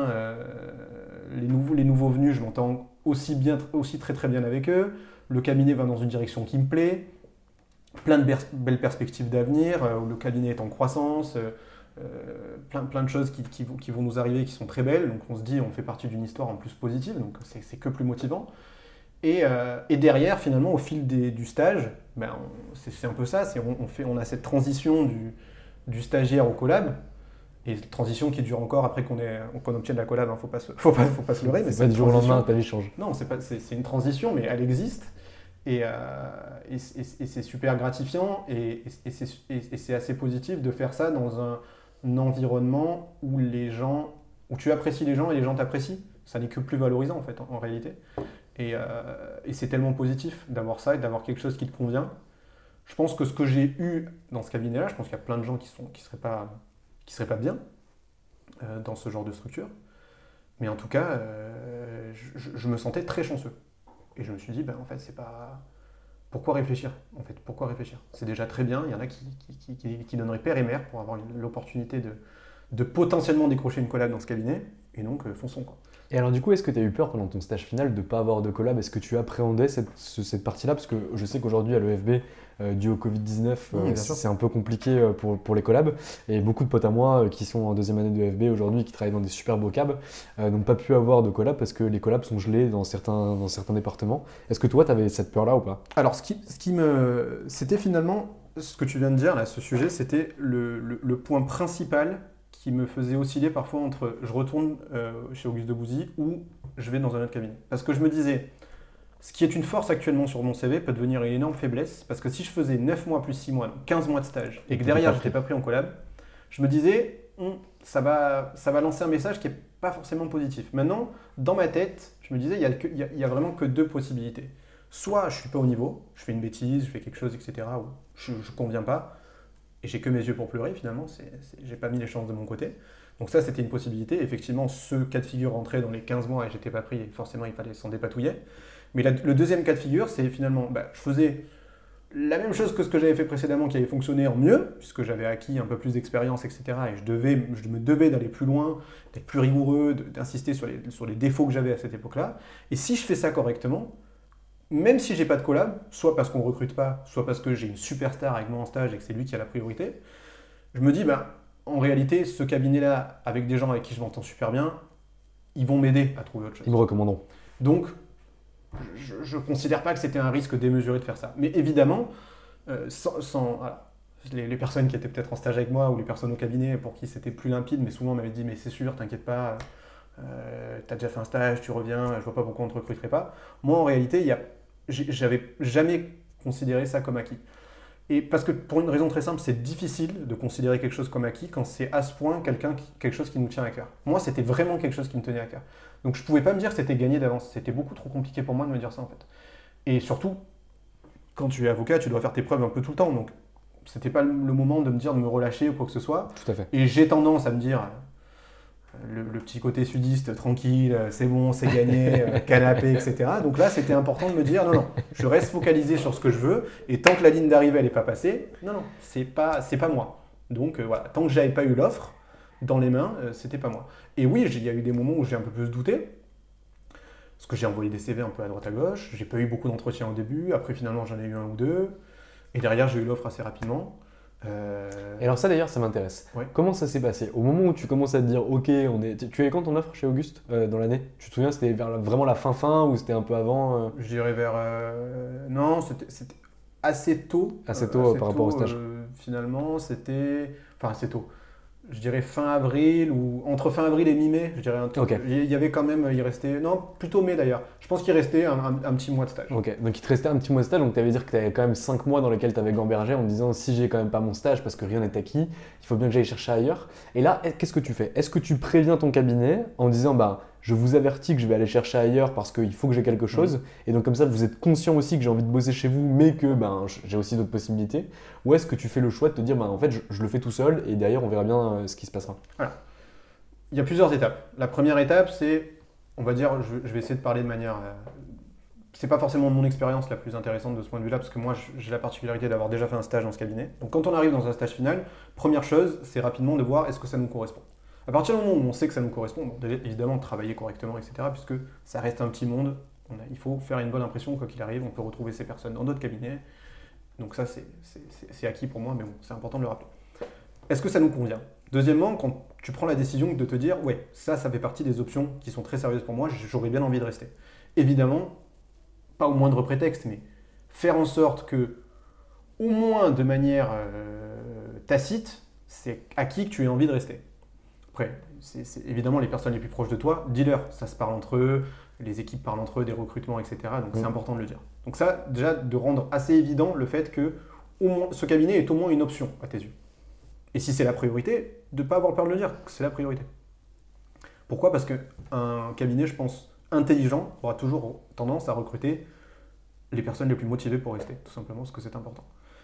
Les nouveaux venus, je m'entends aussi très très bien avec eux. Le cabinet va dans une direction qui me plaît. Plein de belles perspectives d'avenir. Le cabinet est en croissance. Plein de choses qui vont nous arriver qui sont très belles. Donc on se dit, on fait partie d'une histoire en plus positive. Donc c'est que plus motivant. Et derrière, finalement, au fil du stage, c'est un peu ça, on a cette transition du stagiaire au collab, et transition qui dure encore après qu'on obtienne la collab, faut pas se leurrer. Mais
c'est pas du jour au lendemain, ta vie change.
Non, c'est une transition, mais elle existe, et c'est super gratifiant, et c'est assez positif de faire ça dans un environnement où tu apprécies les gens et les gens t'apprécient. Ça n'est que plus valorisant en fait, en réalité. Et c'est tellement positif d'avoir ça et d'avoir quelque chose qui te convient. Je pense que ce que j'ai eu dans ce cabinet-là, je pense qu'il y a plein de gens qui seraient pas bien dans ce genre de structure. Mais en tout cas, je me sentais très chanceux. Et je me suis dit, en fait, c'est pas... Pourquoi réfléchir en fait, pourquoi réfléchir? C'est déjà très bien. Il y en a qui donneraient père et mère pour avoir l'opportunité de potentiellement décrocher une collab dans ce cabinet. Et donc, fonçons quoi.
Et alors du coup, est-ce que tu as eu peur pendant ton stage final de ne pas avoir de collab? Est-ce que tu appréhendais cette partie-là? Parce que je sais qu'aujourd'hui à l'EFB, dû au Covid-19, c'est un peu compliqué pour les collabs. Et beaucoup de potes à moi qui sont en deuxième année de l'EFB aujourd'hui, qui travaillent dans des super beaux cabs, n'ont pas pu avoir de collab parce que les collabs sont gelés dans certains départements. Est-ce que toi, tu avais cette peur-là ou pas?
Alors, c'était finalement, ce que tu viens de dire, là, ce sujet, c'était le point principal qui me faisait osciller parfois entre je retourne chez Auguste Debouzy ou je vais dans un autre cabinet. Parce que je me disais, ce qui est une force actuellement sur mon CV peut devenir une énorme faiblesse, parce que si je faisais 9 mois plus 6 mois, donc 15 mois de stage, et que derrière je n'étais pas pris en collab, je me disais, ça va lancer un message qui n'est pas forcément positif. Maintenant, dans ma tête, je me disais, il y a vraiment que deux possibilités. Soit je ne suis pas au niveau, je fais une bêtise, je fais quelque chose, etc., ou je ne conviens pas, et j'ai que mes yeux pour pleurer finalement, j'ai pas mis les chances de mon côté. Donc ça c'était une possibilité, effectivement ce cas de figure rentrait dans les 15 mois et j'étais pas pris, et forcément il fallait s'en dépatouiller. Mais le deuxième cas de figure c'est finalement, je faisais la même chose que ce que j'avais fait précédemment qui avait fonctionné en mieux, puisque j'avais acquis un peu plus d'expérience, etc. Et je me devais d'aller plus loin, d'être plus rigoureux, d'insister sur les défauts que j'avais à cette époque-là. Et si je fais ça correctement, même si j'ai pas de collab, soit parce qu'on recrute pas, soit parce que j'ai une superstar avec moi en stage et que c'est lui qui a la priorité, je me dis, en réalité, ce cabinet-là, avec des gens avec qui je m'entends super bien, ils vont m'aider à trouver autre chose.
Ils me recommanderont.
Donc, je ne considère pas que c'était un risque démesuré de faire ça. Mais évidemment, voilà, les personnes qui étaient peut-être en stage avec moi ou les personnes au cabinet pour qui c'était plus limpide, mais souvent on m'avait dit mais c'est sûr, t'inquiète pas, t'as déjà fait un stage, tu reviens, je vois pas pourquoi on te recruterait pas. Moi en réalité, j'avais jamais considéré ça comme acquis. Et parce que pour une raison très simple, c'est difficile de considérer quelque chose comme acquis quand c'est à ce point quelque chose qui nous tient à cœur. Moi, c'était vraiment quelque chose qui me tenait à cœur. Donc je ne pouvais pas me dire que c'était gagné d'avance. C'était beaucoup trop compliqué pour moi de me dire ça en fait. Et surtout, quand tu es avocat, tu dois faire tes preuves un peu tout le temps. Donc c'était pas le moment de me dire de me relâcher ou quoi que ce soit.
Tout à fait.
Et j'ai tendance à me dire, le petit côté sudiste, tranquille, c'est bon, c'est gagné, canapé, etc. Donc là, c'était important de me dire, non, je reste focalisé sur ce que je veux, et tant que la ligne d'arrivée, elle n'est pas passée, non, c'est pas moi. Donc voilà, tant que je n'avais pas eu l'offre dans les mains, c'était pas moi. Et oui, il y a eu des moments où j'ai un peu plus douté, parce que j'ai envoyé des CV un peu à droite à gauche, j'ai pas eu beaucoup d'entretiens au début, après finalement j'en ai eu un ou deux, et derrière j'ai eu l'offre assez rapidement.
Et alors ça d'ailleurs ça m'intéresse.
Ouais.
Comment ça s'est passé? Au moment où tu commences à te dire ok, tu avais quand ton offre chez Auguste dans l'année? Tu te souviens, c'était vers vraiment la fin ou c'était un peu avant
Je dirais vers... Non, c'était assez tôt.
Assez tôt par rapport au stage.
Finalement, c'était... Enfin, assez tôt. Je dirais fin avril ou entre fin avril et mi-mai, je dirais un truc.
Okay.
Il y avait quand même, il restait... Non, plutôt mai d'ailleurs. Je pense qu'il restait un petit mois de stage.
Ok, donc il te restait un petit mois de stage, donc tu avais dire que tu avais quand même 5 mois dans lesquels tu avais gambergé en te disant si j'ai quand même pas mon stage parce que rien n'est acquis, il faut bien que j'aille chercher ailleurs. Et là, qu'est-ce que tu fais? Est-ce que tu préviens ton cabinet en disant je vous avertis que je vais aller chercher ailleurs parce qu'il faut que j'ai quelque chose, et donc comme ça vous êtes conscient aussi que j'ai envie de bosser chez vous mais que j'ai aussi d'autres possibilités, ou est-ce que tu fais le choix de te dire en fait je le fais tout seul et derrière on verra bien ce qui se passera?
Voilà. Il y a plusieurs étapes. La première étape c'est, on va dire, je vais essayer de parler de manière... c'est pas forcément mon expérience la plus intéressante de ce point de vue-là, parce que moi j'ai la particularité d'avoir déjà fait un stage dans ce cabinet. Donc quand on arrive dans un stage final, première chose, c'est rapidement de voir est-ce que ça nous correspond. À partir du moment où on sait que ça nous correspond, évidemment travailler correctement, etc., puisque ça reste un petit monde, il faut faire une bonne impression, quoi qu'il arrive, on peut retrouver ces personnes dans d'autres cabinets. Donc ça c'est acquis pour moi, mais bon, c'est important de le rappeler. Est-ce que ça nous convient? Deuxièmement, quand tu prends la décision de te dire ouais, ça fait partie des options qui sont très sérieuses pour moi, j'aurais bien envie de rester. Évidemment, pas au moindre prétexte, mais faire en sorte que, au moins de manière tacite, c'est acquis que tu aies envie de rester. Après, c'est évidemment les personnes les plus proches de toi, dis-leur, ça se parle entre eux, les équipes parlent entre eux, des recrutements, etc. Donc c'est important de le dire. Donc ça, déjà, de rendre assez évident le fait que au moins, ce cabinet est au moins une option à tes yeux. Et si c'est la priorité, de ne pas avoir peur de le dire, que c'est la priorité. Pourquoi? Parce qu'un cabinet, je pense, intelligent aura toujours tendance à recruter les personnes les plus motivées pour rester, tout simplement, parce que c'est important.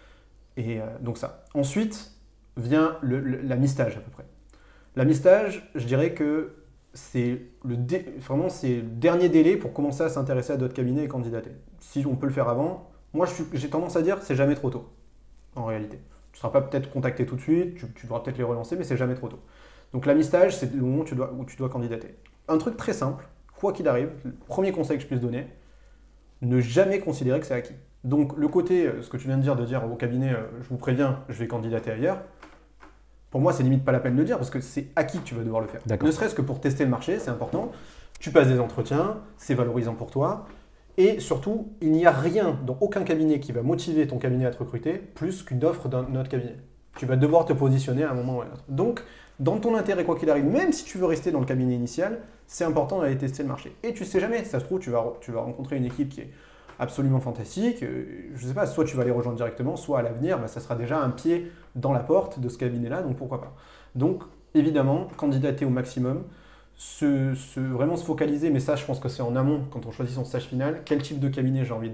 Et donc ça. Ensuite vient la mi-stage à peu près. La mi-stage, je dirais que c'est vraiment c'est le dernier délai pour commencer à s'intéresser à d'autres cabinets et candidater. Si on peut le faire avant, moi j'ai tendance à dire que c'est jamais trop tôt, en réalité. Tu ne seras pas peut-être contacté tout de suite, tu devras peut-être les relancer, mais c'est jamais trop tôt. Donc la mi-stage, c'est le moment où tu dois candidater. Un truc très simple, quoi qu'il arrive, le premier conseil que je puisse donner, ne jamais considérer que c'est acquis. Donc le côté, ce que tu viens de dire au cabinet, je vous préviens, je vais candidater ailleurs, pour moi c'est limite pas la peine de le dire parce que c'est acquis que tu vas devoir le faire.
D'accord.
Ne serait-ce que pour tester le marché, c'est important. Tu passes des entretiens, c'est valorisant pour toi. Et surtout, il n'y a rien dans aucun cabinet qui va motiver ton cabinet à te recruter plus qu'une offre d'un autre cabinet. Tu vas devoir te positionner à un moment ou à un autre. Donc, dans ton intérêt, quoi qu'il arrive, même si tu veux rester dans le cabinet initial, c'est important d'aller tester le marché. Et tu sais jamais, ça se trouve, tu vas rencontrer une équipe qui est absolument fantastique. Je ne sais pas, soit tu vas les rejoindre directement, soit à l'avenir, ça sera déjà un pied dans la porte de ce cabinet-là, donc pourquoi pas. Donc, évidemment, candidater au maximum, vraiment se focaliser, mais ça je pense que c'est en amont quand on choisit son stage final, quel type de cabinet j'ai envie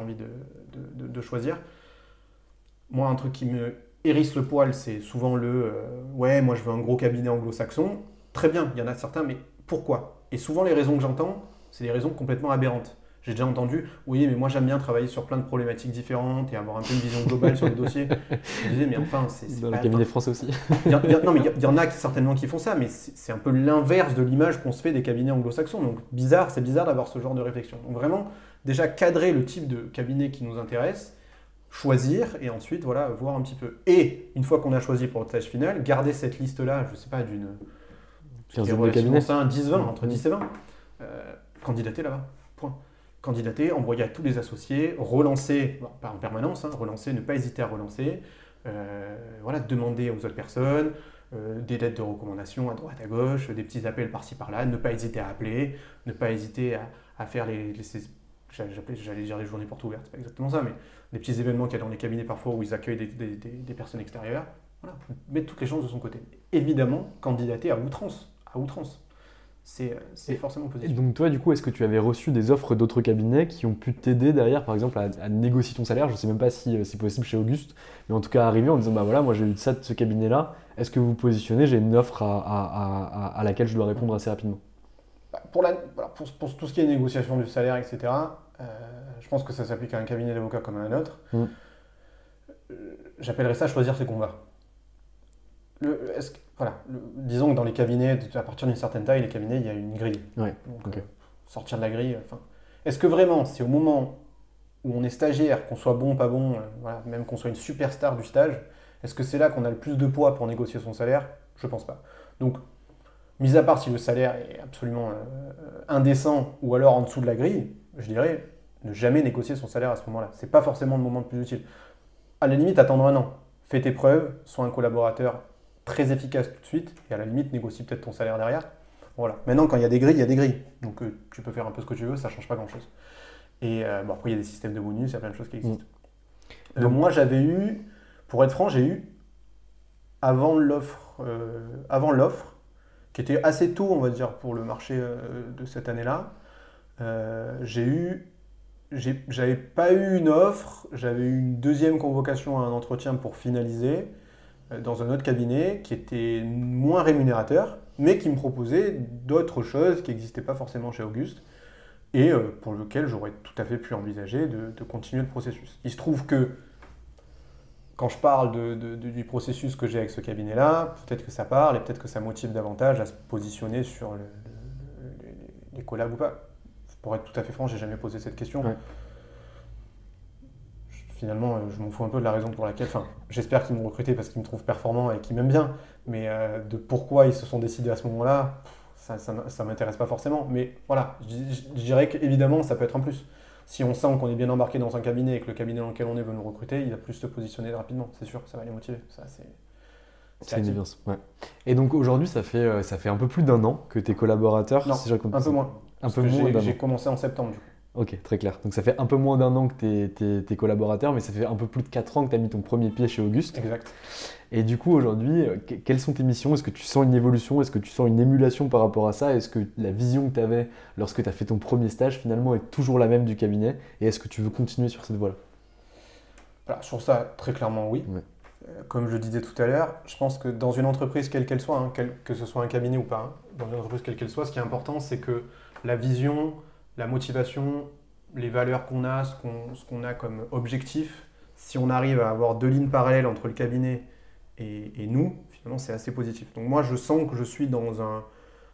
de choisir. Moi un truc qui me hérisse le poil, c'est souvent ouais moi je veux un gros cabinet anglo-saxon. Très bien, il y en a certains, mais pourquoi? Et souvent les raisons que j'entends, c'est des raisons complètement aberrantes. J'ai déjà entendu, oui, mais moi j'aime bien travailler sur plein de problématiques différentes et avoir un peu une vision globale sur les dossiers. Je disais, mais enfin, c'est
Dans
pas...
le cabinet français aussi.
Non, mais il y en a certainement qui font ça, mais c'est un peu l'inverse de l'image qu'on se fait des cabinets anglo-saxons. Donc c'est bizarre d'avoir ce genre de réflexion. Donc vraiment, déjà cadrer le type de cabinet qui nous intéresse, choisir et ensuite voilà, voir un petit peu. Et une fois qu'on a choisi pour le stage final, garder cette liste-là, je sais pas, d'une...
Quinzaine de cabinets.
10-20, entre 10 et 20. Candidater là-bas, point. Candidater, envoyer à tous les associés, relancer, bon, pas en permanence, relancer, ne pas hésiter à relancer, voilà, demander aux autres personnes, des lettres de recommandation à droite, à gauche, des petits appels par-ci par-là, ne pas hésiter à appeler, ne pas hésiter à faire j'allais dire les journées portes ouvertes, c'est pas exactement ça, mais des petits événements qu'il y a dans les cabinets parfois où ils accueillent des personnes extérieures, voilà, mettre toutes les chances de son côté. Évidemment, candidater à outrance. C'est forcément positif.
Et donc toi, du coup, est-ce que tu avais reçu des offres d'autres cabinets qui ont pu t'aider derrière, par exemple, à négocier ton salaire? Je ne sais même pas si c'est possible chez Auguste, mais en tout cas arriver en disant, bah voilà, moi j'ai eu ça de ce cabinet-là, est-ce que vous vous positionnez, j'ai une offre à laquelle je dois répondre assez rapidement?
Pour tout ce qui est négociation du salaire, etc., je pense que ça s'applique à un cabinet d'avocats comme à un autre. J'appellerais ça choisir ses combats. Disons que dans les cabinets, à partir d'une certaine taille, les cabinets, il y a une grille.
Ouais.
Donc,
Okay.
Sortir de la grille. Est-ce que vraiment, c'est au moment où on est stagiaire, qu'on soit bon, pas bon, voilà, même qu'on soit une superstar du stage, est-ce que c'est là qu'on a le plus de poids pour négocier son salaire? Je pense pas. Donc, mis à part si le salaire est absolument indécent ou alors en dessous de la grille, je dirais ne jamais négocier son salaire à ce moment-là. C'est pas forcément le moment le plus utile. À la limite, attendre un an. Fais tes preuves, sois un collaborateur très efficace tout de suite, et à la limite, négocie peut-être ton salaire derrière. Voilà. Maintenant, quand il y a des grilles, il y a des grilles. Donc, tu peux faire un peu ce que tu veux, ça ne change pas grand-chose. Et après, il y a des systèmes de bonus, il y a plein de choses qui existent. Donc, moi, pour être franc, j'ai eu, avant l'offre, qui était assez tôt, on va dire, pour le marché de cette année-là, j'avais pas eu une offre, j'avais eu une deuxième convocation à un entretien pour finaliser, dans un autre cabinet qui était moins rémunérateur, mais qui me proposait d'autres choses qui n'existaient pas forcément chez Auguste, et pour lequel j'aurais tout à fait pu envisager de continuer le processus. Il se trouve que, quand je parle du processus que j'ai avec ce cabinet-là, peut-être que ça parle, et peut-être que ça motive davantage à se positionner sur les collabs ou pas. Pour être tout à fait franc, j'ai jamais posé cette question.
Ouais.
Finalement, je m'en fous un peu de la raison pour laquelle... j'espère qu'ils m'ont recruté parce qu'ils me trouvent performant et qu'ils m'aiment bien. Mais de pourquoi ils se sont décidés à ce moment-là, ça ne m'intéresse pas forcément. Mais voilà, je dirais qu'évidemment, ça peut être un plus. Si on sent qu'on est bien embarqué dans un cabinet et que le cabinet dans lequel on est veut nous recruter, il va plus se positionner rapidement. C'est sûr, ça va les motiver.
C'est une évidence. Ouais. Et donc aujourd'hui, ça fait un peu plus d'un an que tes collaborateurs...
Non,
si
un peu moins. J'ai commencé en septembre, du coup.
Ok, très clair. Donc ça fait un peu moins d'un an que t'es collaborateur, mais ça fait un peu plus de 4 ans que tu as mis ton premier pied chez Auguste.
Exact.
Et du coup, aujourd'hui, quelles sont tes missions? Est-ce que tu sens une évolution? Est-ce que tu sens une émulation par rapport à ça? Est-ce que la vision que tu avais lorsque tu as fait ton premier stage, finalement, est toujours la même du cabinet? Et est-ce que tu veux continuer sur cette voie-là?
Voilà, sur ça, très clairement, oui.
Ouais.
Comme je disais tout à l'heure, je pense que dans une entreprise, quelle qu'elle soit, que ce soit un cabinet ou pas, dans une entreprise quelle qu'elle soit, ce qui est important, c'est que la vision, la motivation, les valeurs qu'on a, ce qu'on a comme objectif, si on arrive à avoir 2 lignes parallèles entre le cabinet et nous, finalement, c'est assez positif. Donc moi, je sens que je suis dans un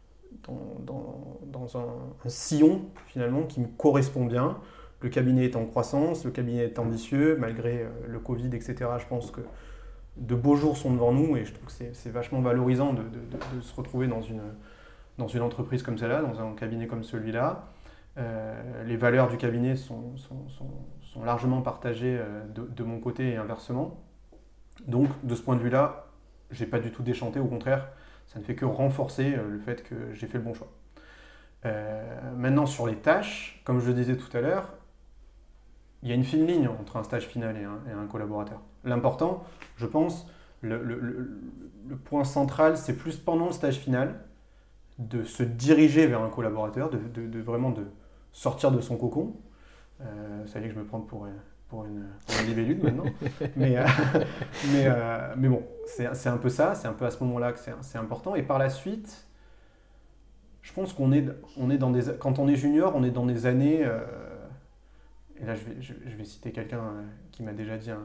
sillon, finalement, qui me correspond bien. Le cabinet est en croissance, le cabinet est ambitieux, malgré le Covid, etc. Je pense que de beaux jours sont devant nous et je trouve que c'est vachement valorisant de se retrouver dans une entreprise comme celle-là, dans un cabinet comme celui-là. Les valeurs du cabinet sont largement partagées de mon côté et inversement. Donc, de ce point de vue-là, je n'ai pas du tout déchanté, au contraire, ça ne fait que renforcer le fait que j'ai fait le bon choix. Maintenant, sur les tâches, comme je le disais tout à l'heure, il y a une fine ligne entre un stage final et un collaborateur. L'important, je pense, le point central, c'est plus pendant le stage final, de se diriger vers un collaborateur, de vraiment de sortir de son cocon. Ça y est que je me prends pour une libellule maintenant. mais bon, c'est un peu ça, c'est un peu à ce moment-là que c'est important. Et par la suite, je pense qu'on est dans des... Quand on est junior, on est dans des années et là je vais citer quelqu'un qui m'a déjà dit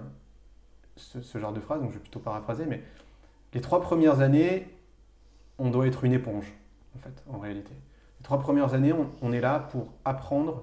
ce genre de phrase, donc je vais plutôt paraphraser, mais les 3 premières années, on doit être une éponge, en fait, en réalité. Les 3 premières années, on est là pour apprendre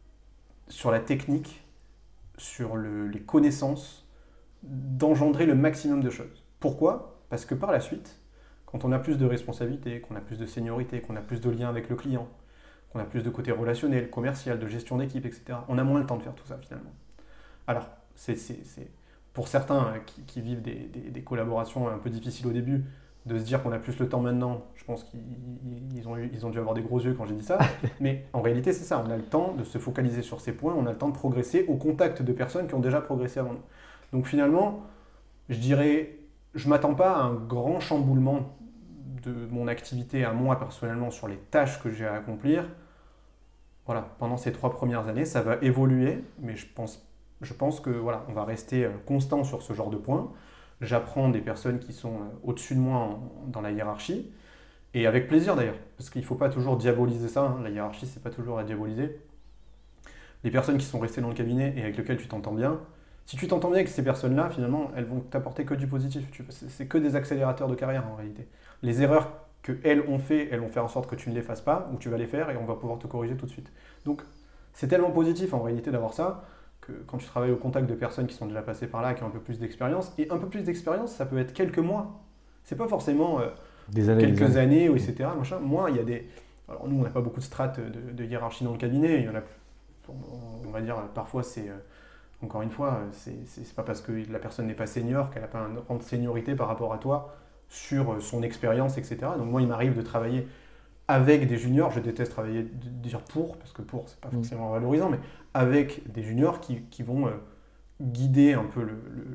sur la technique, sur les connaissances, d'engendrer le maximum de choses. Pourquoi ? Parce que par la suite, quand on a plus de responsabilités, qu'on a plus de seniorité, qu'on a plus de liens avec le client, qu'on a plus de côté relationnel, commercial, de gestion d'équipe, etc., on a moins le temps de faire tout ça finalement. Alors, c'est pour certains qui vivent des collaborations un peu difficiles au début, de se dire qu'on a plus le temps maintenant, je pense qu'ils ont dû avoir des gros yeux quand j'ai dit ça, mais en réalité c'est ça, on a le temps de se focaliser sur ces points, on a le temps de progresser au contact de personnes qui ont déjà progressé avant nous. Donc finalement, je dirais, je ne m'attends pas à un grand chamboulement de mon activité à moi personnellement sur les tâches que j'ai à accomplir. Voilà, pendant ces 3 premières années, ça va évoluer, mais je pense que voilà, on va rester constant sur ce genre de points. J'apprends des personnes qui sont au-dessus de moi dans la hiérarchie, et avec plaisir d'ailleurs, parce qu'il ne faut pas toujours diaboliser ça, hein. La hiérarchie, c'est pas toujours à diaboliser. Les personnes qui sont restées dans le cabinet et avec lesquelles tu t'entends bien, si tu t'entends bien avec ces personnes-là, finalement, elles vont t'apporter que du positif. C'est que des accélérateurs de carrière en réalité. Les erreurs qu'elles ont fait en sorte que tu ne les fasses pas, ou tu vas les faire et on va pouvoir te corriger tout de suite. Donc c'est tellement positif en réalité d'avoir ça, que quand tu travailles au contact de personnes qui sont déjà passées par là, qui ont un peu plus d'expérience, et un peu plus d'expérience, ça peut être quelques mois. C'est pas forcément quelques années, etc. Machin. Moi, il y a des... Alors nous, on n'a pas beaucoup de strates de hiérarchie dans le cabinet, il y en a, on va dire, parfois c'est... Encore une fois, c'est pas parce que la personne n'est pas senior qu'elle n'a pas un rang de seniorité par rapport à toi sur son expérience, etc. Donc moi, il m'arrive de travailler avec des juniors, je déteste travailler, dire parce que c'est pas forcément valorisant, mais avec des juniors qui vont guider un peu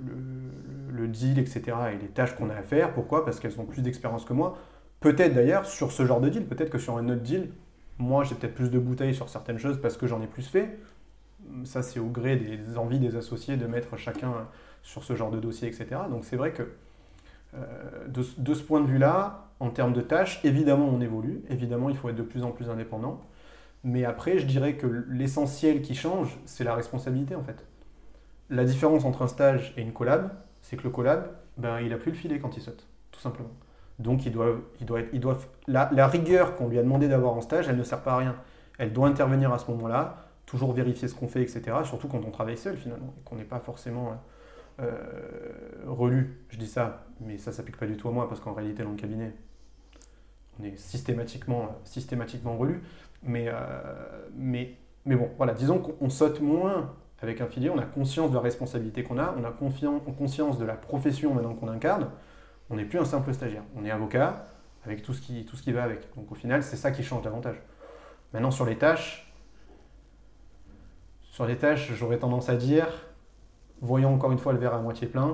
le deal, etc. et les tâches qu'on a à faire. Pourquoi ? Parce qu'elles ont plus d'expérience que moi. Peut-être d'ailleurs sur ce genre de deal, peut-être que sur un autre deal, moi j'ai peut-être plus de bouteilles sur certaines choses parce que j'en ai plus fait. Ça, c'est au gré des envies des associés de mettre chacun sur ce genre de dossier, etc. Donc c'est vrai que de ce point de vue-là, en termes de tâches, évidemment on évolue, évidemment il faut être de plus en plus indépendant, mais après je dirais que l'essentiel qui change, c'est la responsabilité en fait. La différence entre un stage et une collab, c'est que le collab, il n'a plus le filet quand il saute, tout simplement. Donc la rigueur qu'on lui a demandé d'avoir en stage, elle ne sert pas à rien. Elle doit intervenir à ce moment-là, toujours vérifier ce qu'on fait, etc. Surtout quand on travaille seul finalement, et qu'on n'est pas forcément relu. Je dis ça, mais ça ne s'applique pas du tout à moi, parce qu'en réalité dans le cabinet, on est systématiquement relu. Mais bon, voilà, disons qu'on saute moins avec un filier, on a conscience de la responsabilité qu'on a, on a conscience de la profession maintenant qu'on incarne. On n'est plus un simple stagiaire, on est avocat avec tout ce qui va avec. Donc au final, c'est ça qui change davantage. Maintenant sur les tâches, j'aurais tendance à dire, voyons encore une fois le verre à moitié plein,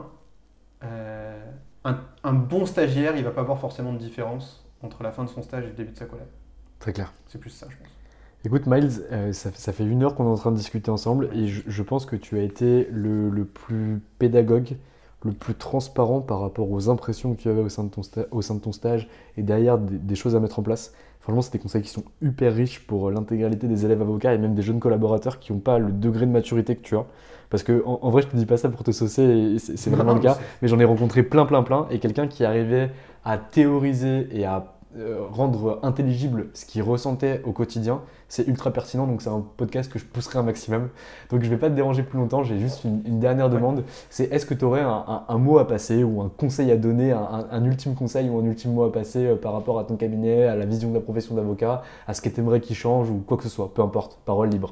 un bon stagiaire, il ne va pas avoir forcément de différence entre la fin de son stage et le début de sa collab.
Très clair.
C'est plus ça, je pense.
Écoute Miles, ça fait 1 heure qu'on est en train de discuter ensemble et je pense que tu as été le plus pédagogue, le plus transparent par rapport aux impressions que tu avais au sein de ton stage et derrière des choses à mettre en place. Franchement, c'est des conseils qui sont hyper riches pour l'intégralité des élèves avocats et même des jeunes collaborateurs qui n'ont pas le degré de maturité que tu as. Parce que en vrai, je te dis pas ça pour te saucer, et c'est vraiment le cas, mais j'en ai rencontré plein, et quelqu'un qui arrivait à théoriser et à rendre intelligible ce qu'il ressentait au quotidien, c'est ultra pertinent, donc c'est un podcast que je pousserai un maximum. Donc je vais pas te déranger plus longtemps, j'ai juste une dernière demande, c'est est-ce que tu aurais un mot à passer ou un conseil à donner, un ultime conseil ou un ultime mot à passer par rapport à ton cabinet, à la vision de la profession d'avocat, à ce que tu aimerais qu'il change ou quoi que ce soit, peu importe, parole libre.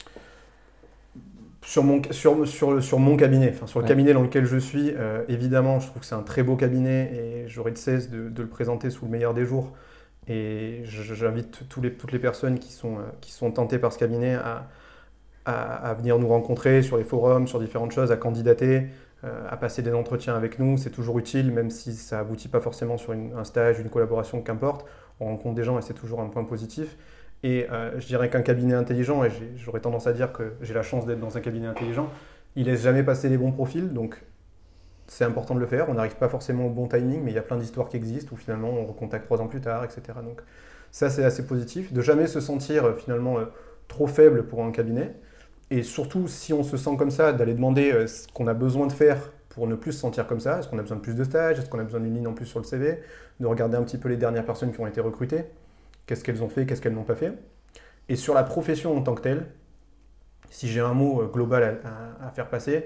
Sur mon cabinet, enfin sur le cabinet dans lequel je suis, évidemment, je trouve que c'est un très beau cabinet et j'aurai de cesse de le présenter sous le meilleur des jours. Et j'invite toutes les personnes qui sont tentées par ce cabinet à venir nous rencontrer sur les forums, sur différentes choses, à candidater, à passer des entretiens avec nous. C'est toujours utile, même si ça aboutit pas forcément sur un stage, une collaboration, qu'importe. On rencontre des gens et c'est toujours un point positif. Et je dirais qu'un cabinet intelligent, et j'aurais tendance à dire que j'ai la chance d'être dans un cabinet intelligent, il laisse jamais passer les bons profils, donc c'est important de le faire. On n'arrive pas forcément au bon timing, mais il y a plein d'histoires qui existent où finalement on recontacte 3 ans plus tard, etc. Donc ça, c'est assez positif. De jamais se sentir finalement trop faible pour un cabinet. Et surtout, si on se sent comme ça, d'aller demander ce qu'on a besoin de faire pour ne plus se sentir comme ça. Est-ce qu'on a besoin de plus de stages? Est-ce qu'on a besoin d'une ligne en plus sur le CV? De regarder un petit peu les dernières personnes qui ont été recrutées. Qu'est-ce qu'elles ont fait, qu'est-ce qu'elles n'ont pas fait. Et sur la profession en tant que telle, si j'ai un mot global à faire passer,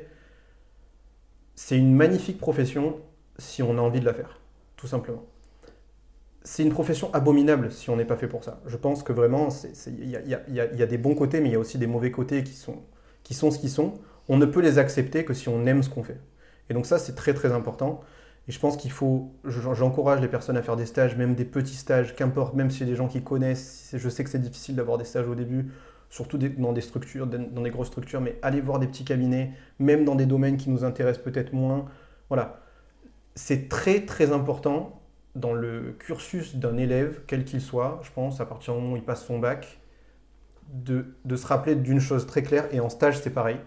c'est une magnifique profession si on a envie de la faire, tout simplement. C'est une profession abominable si on n'est pas fait pour ça. Je pense que vraiment, il y a des bons côtés, mais il y a aussi des mauvais côtés qui sont ce qu'ils sont. On ne peut les accepter que si on aime ce qu'on fait. Et donc ça, c'est très très important. Et je pense qu'il faut, j'encourage les personnes à faire des stages, même des petits stages, qu'importe, même si c'est des gens qui connaissent. Je sais que c'est difficile d'avoir des stages au début, surtout dans des structures, dans des grosses structures, mais allez voir des petits cabinets, même dans des domaines qui nous intéressent peut-être moins. Voilà. C'est très très important dans le cursus d'un élève, quel qu'il soit, je pense, à partir du moment où il passe son bac, de se rappeler d'une chose très claire, et en stage c'est pareil,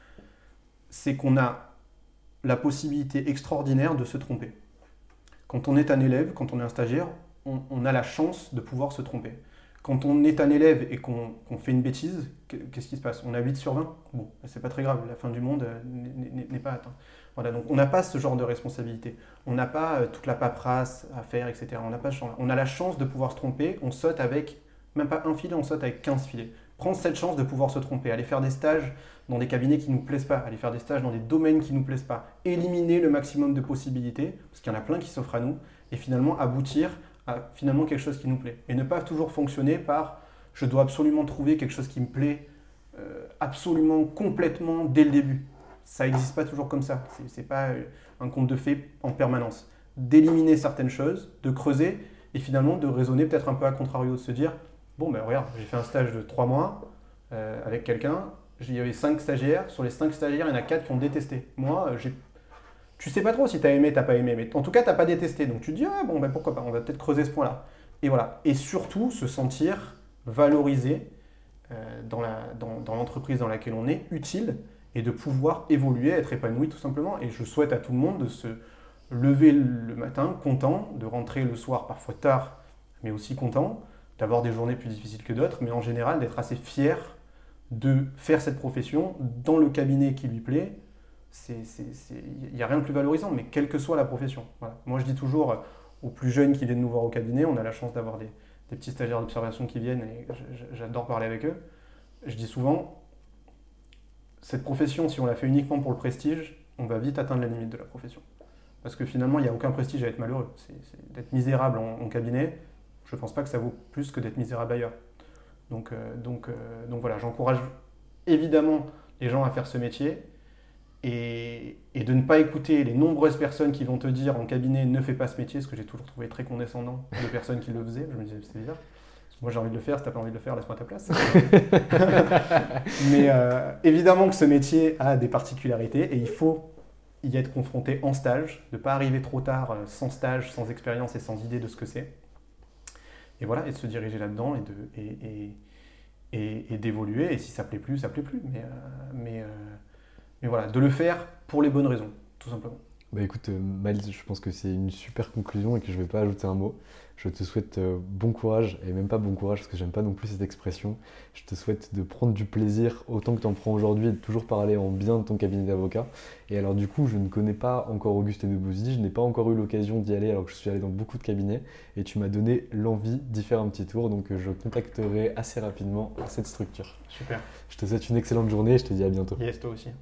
c'est qu'on a la possibilité extraordinaire de se tromper. Quand on est un élève, quand on est un stagiaire, on a la chance de pouvoir se tromper. Quand on est un élève et qu'on fait une bêtise, qu'est-ce qui se passe? On a 8 sur 20? Bon, c'est pas très grave, la fin du monde n'est pas atteinte. Voilà, donc on n'a pas ce genre de responsabilité. On n'a pas toute la paperasse à faire, etc. On n'a pas ce genre-là. On a la chance de pouvoir se tromper, on saute avec, même pas un filet, on saute avec 15 filets. Prendre cette chance de pouvoir se tromper, aller faire des stages dans des cabinets qui ne nous plaisent pas, aller faire des stages dans des domaines qui ne nous plaisent pas, éliminer le maximum de possibilités, parce qu'il y en a plein qui s'offrent à nous, et finalement aboutir à finalement quelque chose qui nous plaît. Et ne pas toujours fonctionner par « je dois absolument trouver quelque chose qui me plaît absolument, complètement, dès le début ». Ça n'existe pas toujours comme ça, c'est pas un conte de fées en permanence. D'éliminer certaines choses, de creuser, et finalement de raisonner peut-être un peu à contrario, de se dire « bon ben regarde, j'ai fait un stage de 3 mois avec quelqu'un, il y avait 5 stagiaires, sur les 5 stagiaires, il y en a 4 qui ont détesté. Moi, tu sais pas trop si tu as aimé, tu n'as pas aimé, mais en tout cas, tu n'as pas détesté. Donc tu te dis, ah bon, ben pourquoi pas, on va peut-être creuser ce point-là. Et voilà. Et surtout, se sentir valorisé dans l'entreprise dans laquelle on est, utile, et de pouvoir évoluer, être épanoui tout simplement. Et je souhaite à tout le monde de se lever le matin content, de rentrer le soir parfois tard, mais aussi content, d'avoir des journées plus difficiles que d'autres, mais en général d'être assez fier de faire cette profession dans le cabinet qui lui plaît. Il n'y a rien de plus valorisant, mais quelle que soit la profession. Voilà. Moi, je dis toujours aux plus jeunes qui viennent nous voir au cabinet, on a la chance d'avoir des petits stagiaires d'observation qui viennent et j'adore parler avec eux. Je dis souvent, cette profession, si on la fait uniquement pour le prestige, on va vite atteindre la limite de la profession. Parce que finalement, il n'y a aucun prestige à être malheureux. D'être misérable en cabinet, je ne pense pas que ça vaut plus que d'être misérable ailleurs. Donc voilà, j'encourage évidemment les gens à faire ce métier et de ne pas écouter les nombreuses personnes qui vont te dire en cabinet ne fais pas ce métier, ce que j'ai toujours trouvé très condescendant de personnes qui le faisaient. Je me disais c'est bizarre. Moi j'ai envie de le faire, si t'as pas envie de le faire, laisse-moi ta place. Mais évidemment que ce métier a des particularités et il faut y être confronté en stage, de ne pas arriver trop tard sans stage, sans expérience et sans idée de ce que c'est. Et voilà, et de se diriger là-dedans et d'évoluer. Et si ça plaît plus, ça plaît plus. Mais voilà, de le faire pour les bonnes raisons, tout simplement.
Bah écoute, Maëlys, je pense que c'est une super conclusion et que je ne vais pas ajouter un mot. Je te souhaite bon courage, et même pas bon courage parce que j'aime pas non plus cette expression. Je te souhaite de prendre du plaisir autant que tu en prends aujourd'hui et de toujours parler en bien de ton cabinet d'avocat. Et alors du coup, je ne connais pas encore Auguste Enobousidi, je n'ai pas encore eu l'occasion d'y aller alors que je suis allé dans beaucoup de cabinets et tu m'as donné l'envie d'y faire un petit tour, donc je contacterai assez rapidement cette structure.
Super.
Je te souhaite une excellente journée et je te dis à bientôt.
Yes, toi aussi.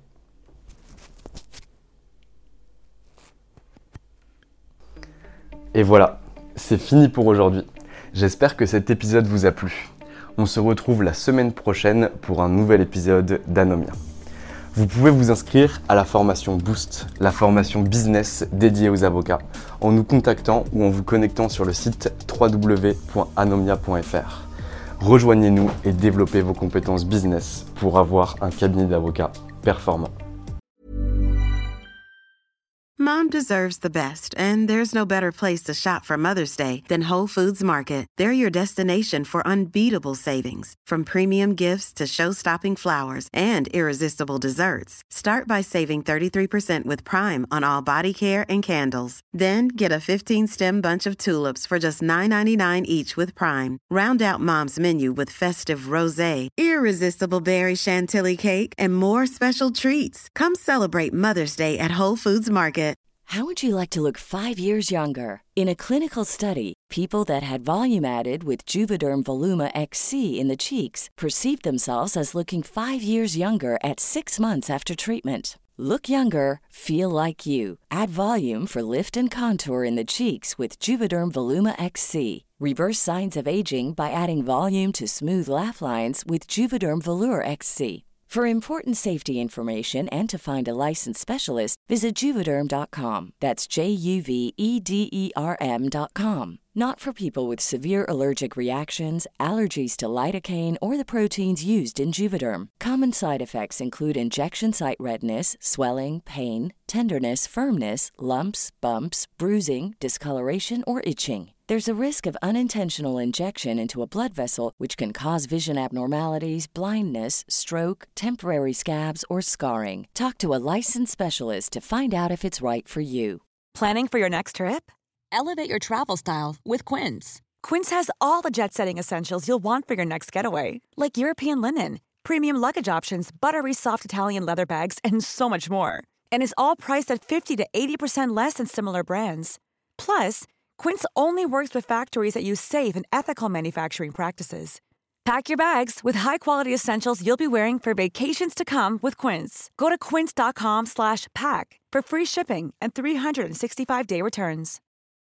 Et voilà, c'est fini pour aujourd'hui. J'espère que cet épisode vous a plu. On se retrouve la semaine prochaine pour un nouvel épisode d'Anomia. Vous pouvez vous inscrire à la formation Boost, la formation business dédiée aux avocats, en nous contactant ou en vous connectant sur le site www.anomia.fr. Rejoignez-nous et développez vos compétences business pour avoir un cabinet d'avocats performant.
Mom Mom deserves the best, and there's no better place to shop for Mother's Day than Whole Foods Market. They're your destination for unbeatable savings, from premium gifts to show-stopping flowers and irresistible desserts. Start by saving 33% with Prime on all body care and candles. Then get a 15-stem bunch of tulips for just $9.99 each with Prime. Round out Mom's menu with festive rosé, irresistible berry chantilly cake, and more special treats. Come celebrate Mother's Day at Whole Foods Market.
How would you like to look 5 years younger? In a clinical study, people that had volume added with Juvederm Voluma XC in the cheeks perceived themselves as looking 5 years younger at 6 months after treatment. Look younger, feel like you. Add volume for lift and contour in the cheeks with Juvederm Voluma XC. Reverse signs of aging by adding volume to smooth laugh lines with Juvederm Volure XC. For important safety information and to find a licensed specialist, visit Juvederm.com. That's JUVEDERM.com. Not for people with severe allergic reactions, allergies to lidocaine, or the proteins used in Juvederm. Common side effects include injection site redness, swelling, pain, tenderness, firmness, lumps, bumps, bruising, discoloration, or itching. There's a risk of unintentional injection into a blood vessel, which can cause vision abnormalities, blindness, stroke, temporary scabs, or scarring. Talk to a licensed specialist to find out if it's right for you.
Planning for your next trip?
Elevate your travel style with Quince.
Quince has all the jet-setting essentials you'll want for your next getaway, like European linen, premium luggage options, buttery soft Italian leather bags, and so much more. And is all priced at 50 to 80% less than similar brands. Plus, Quince only works with factories that use safe and ethical manufacturing practices. Pack your bags with high-quality essentials you'll be wearing for vacations to come with Quince. Go to quince.com/pack for free shipping and 365-day returns.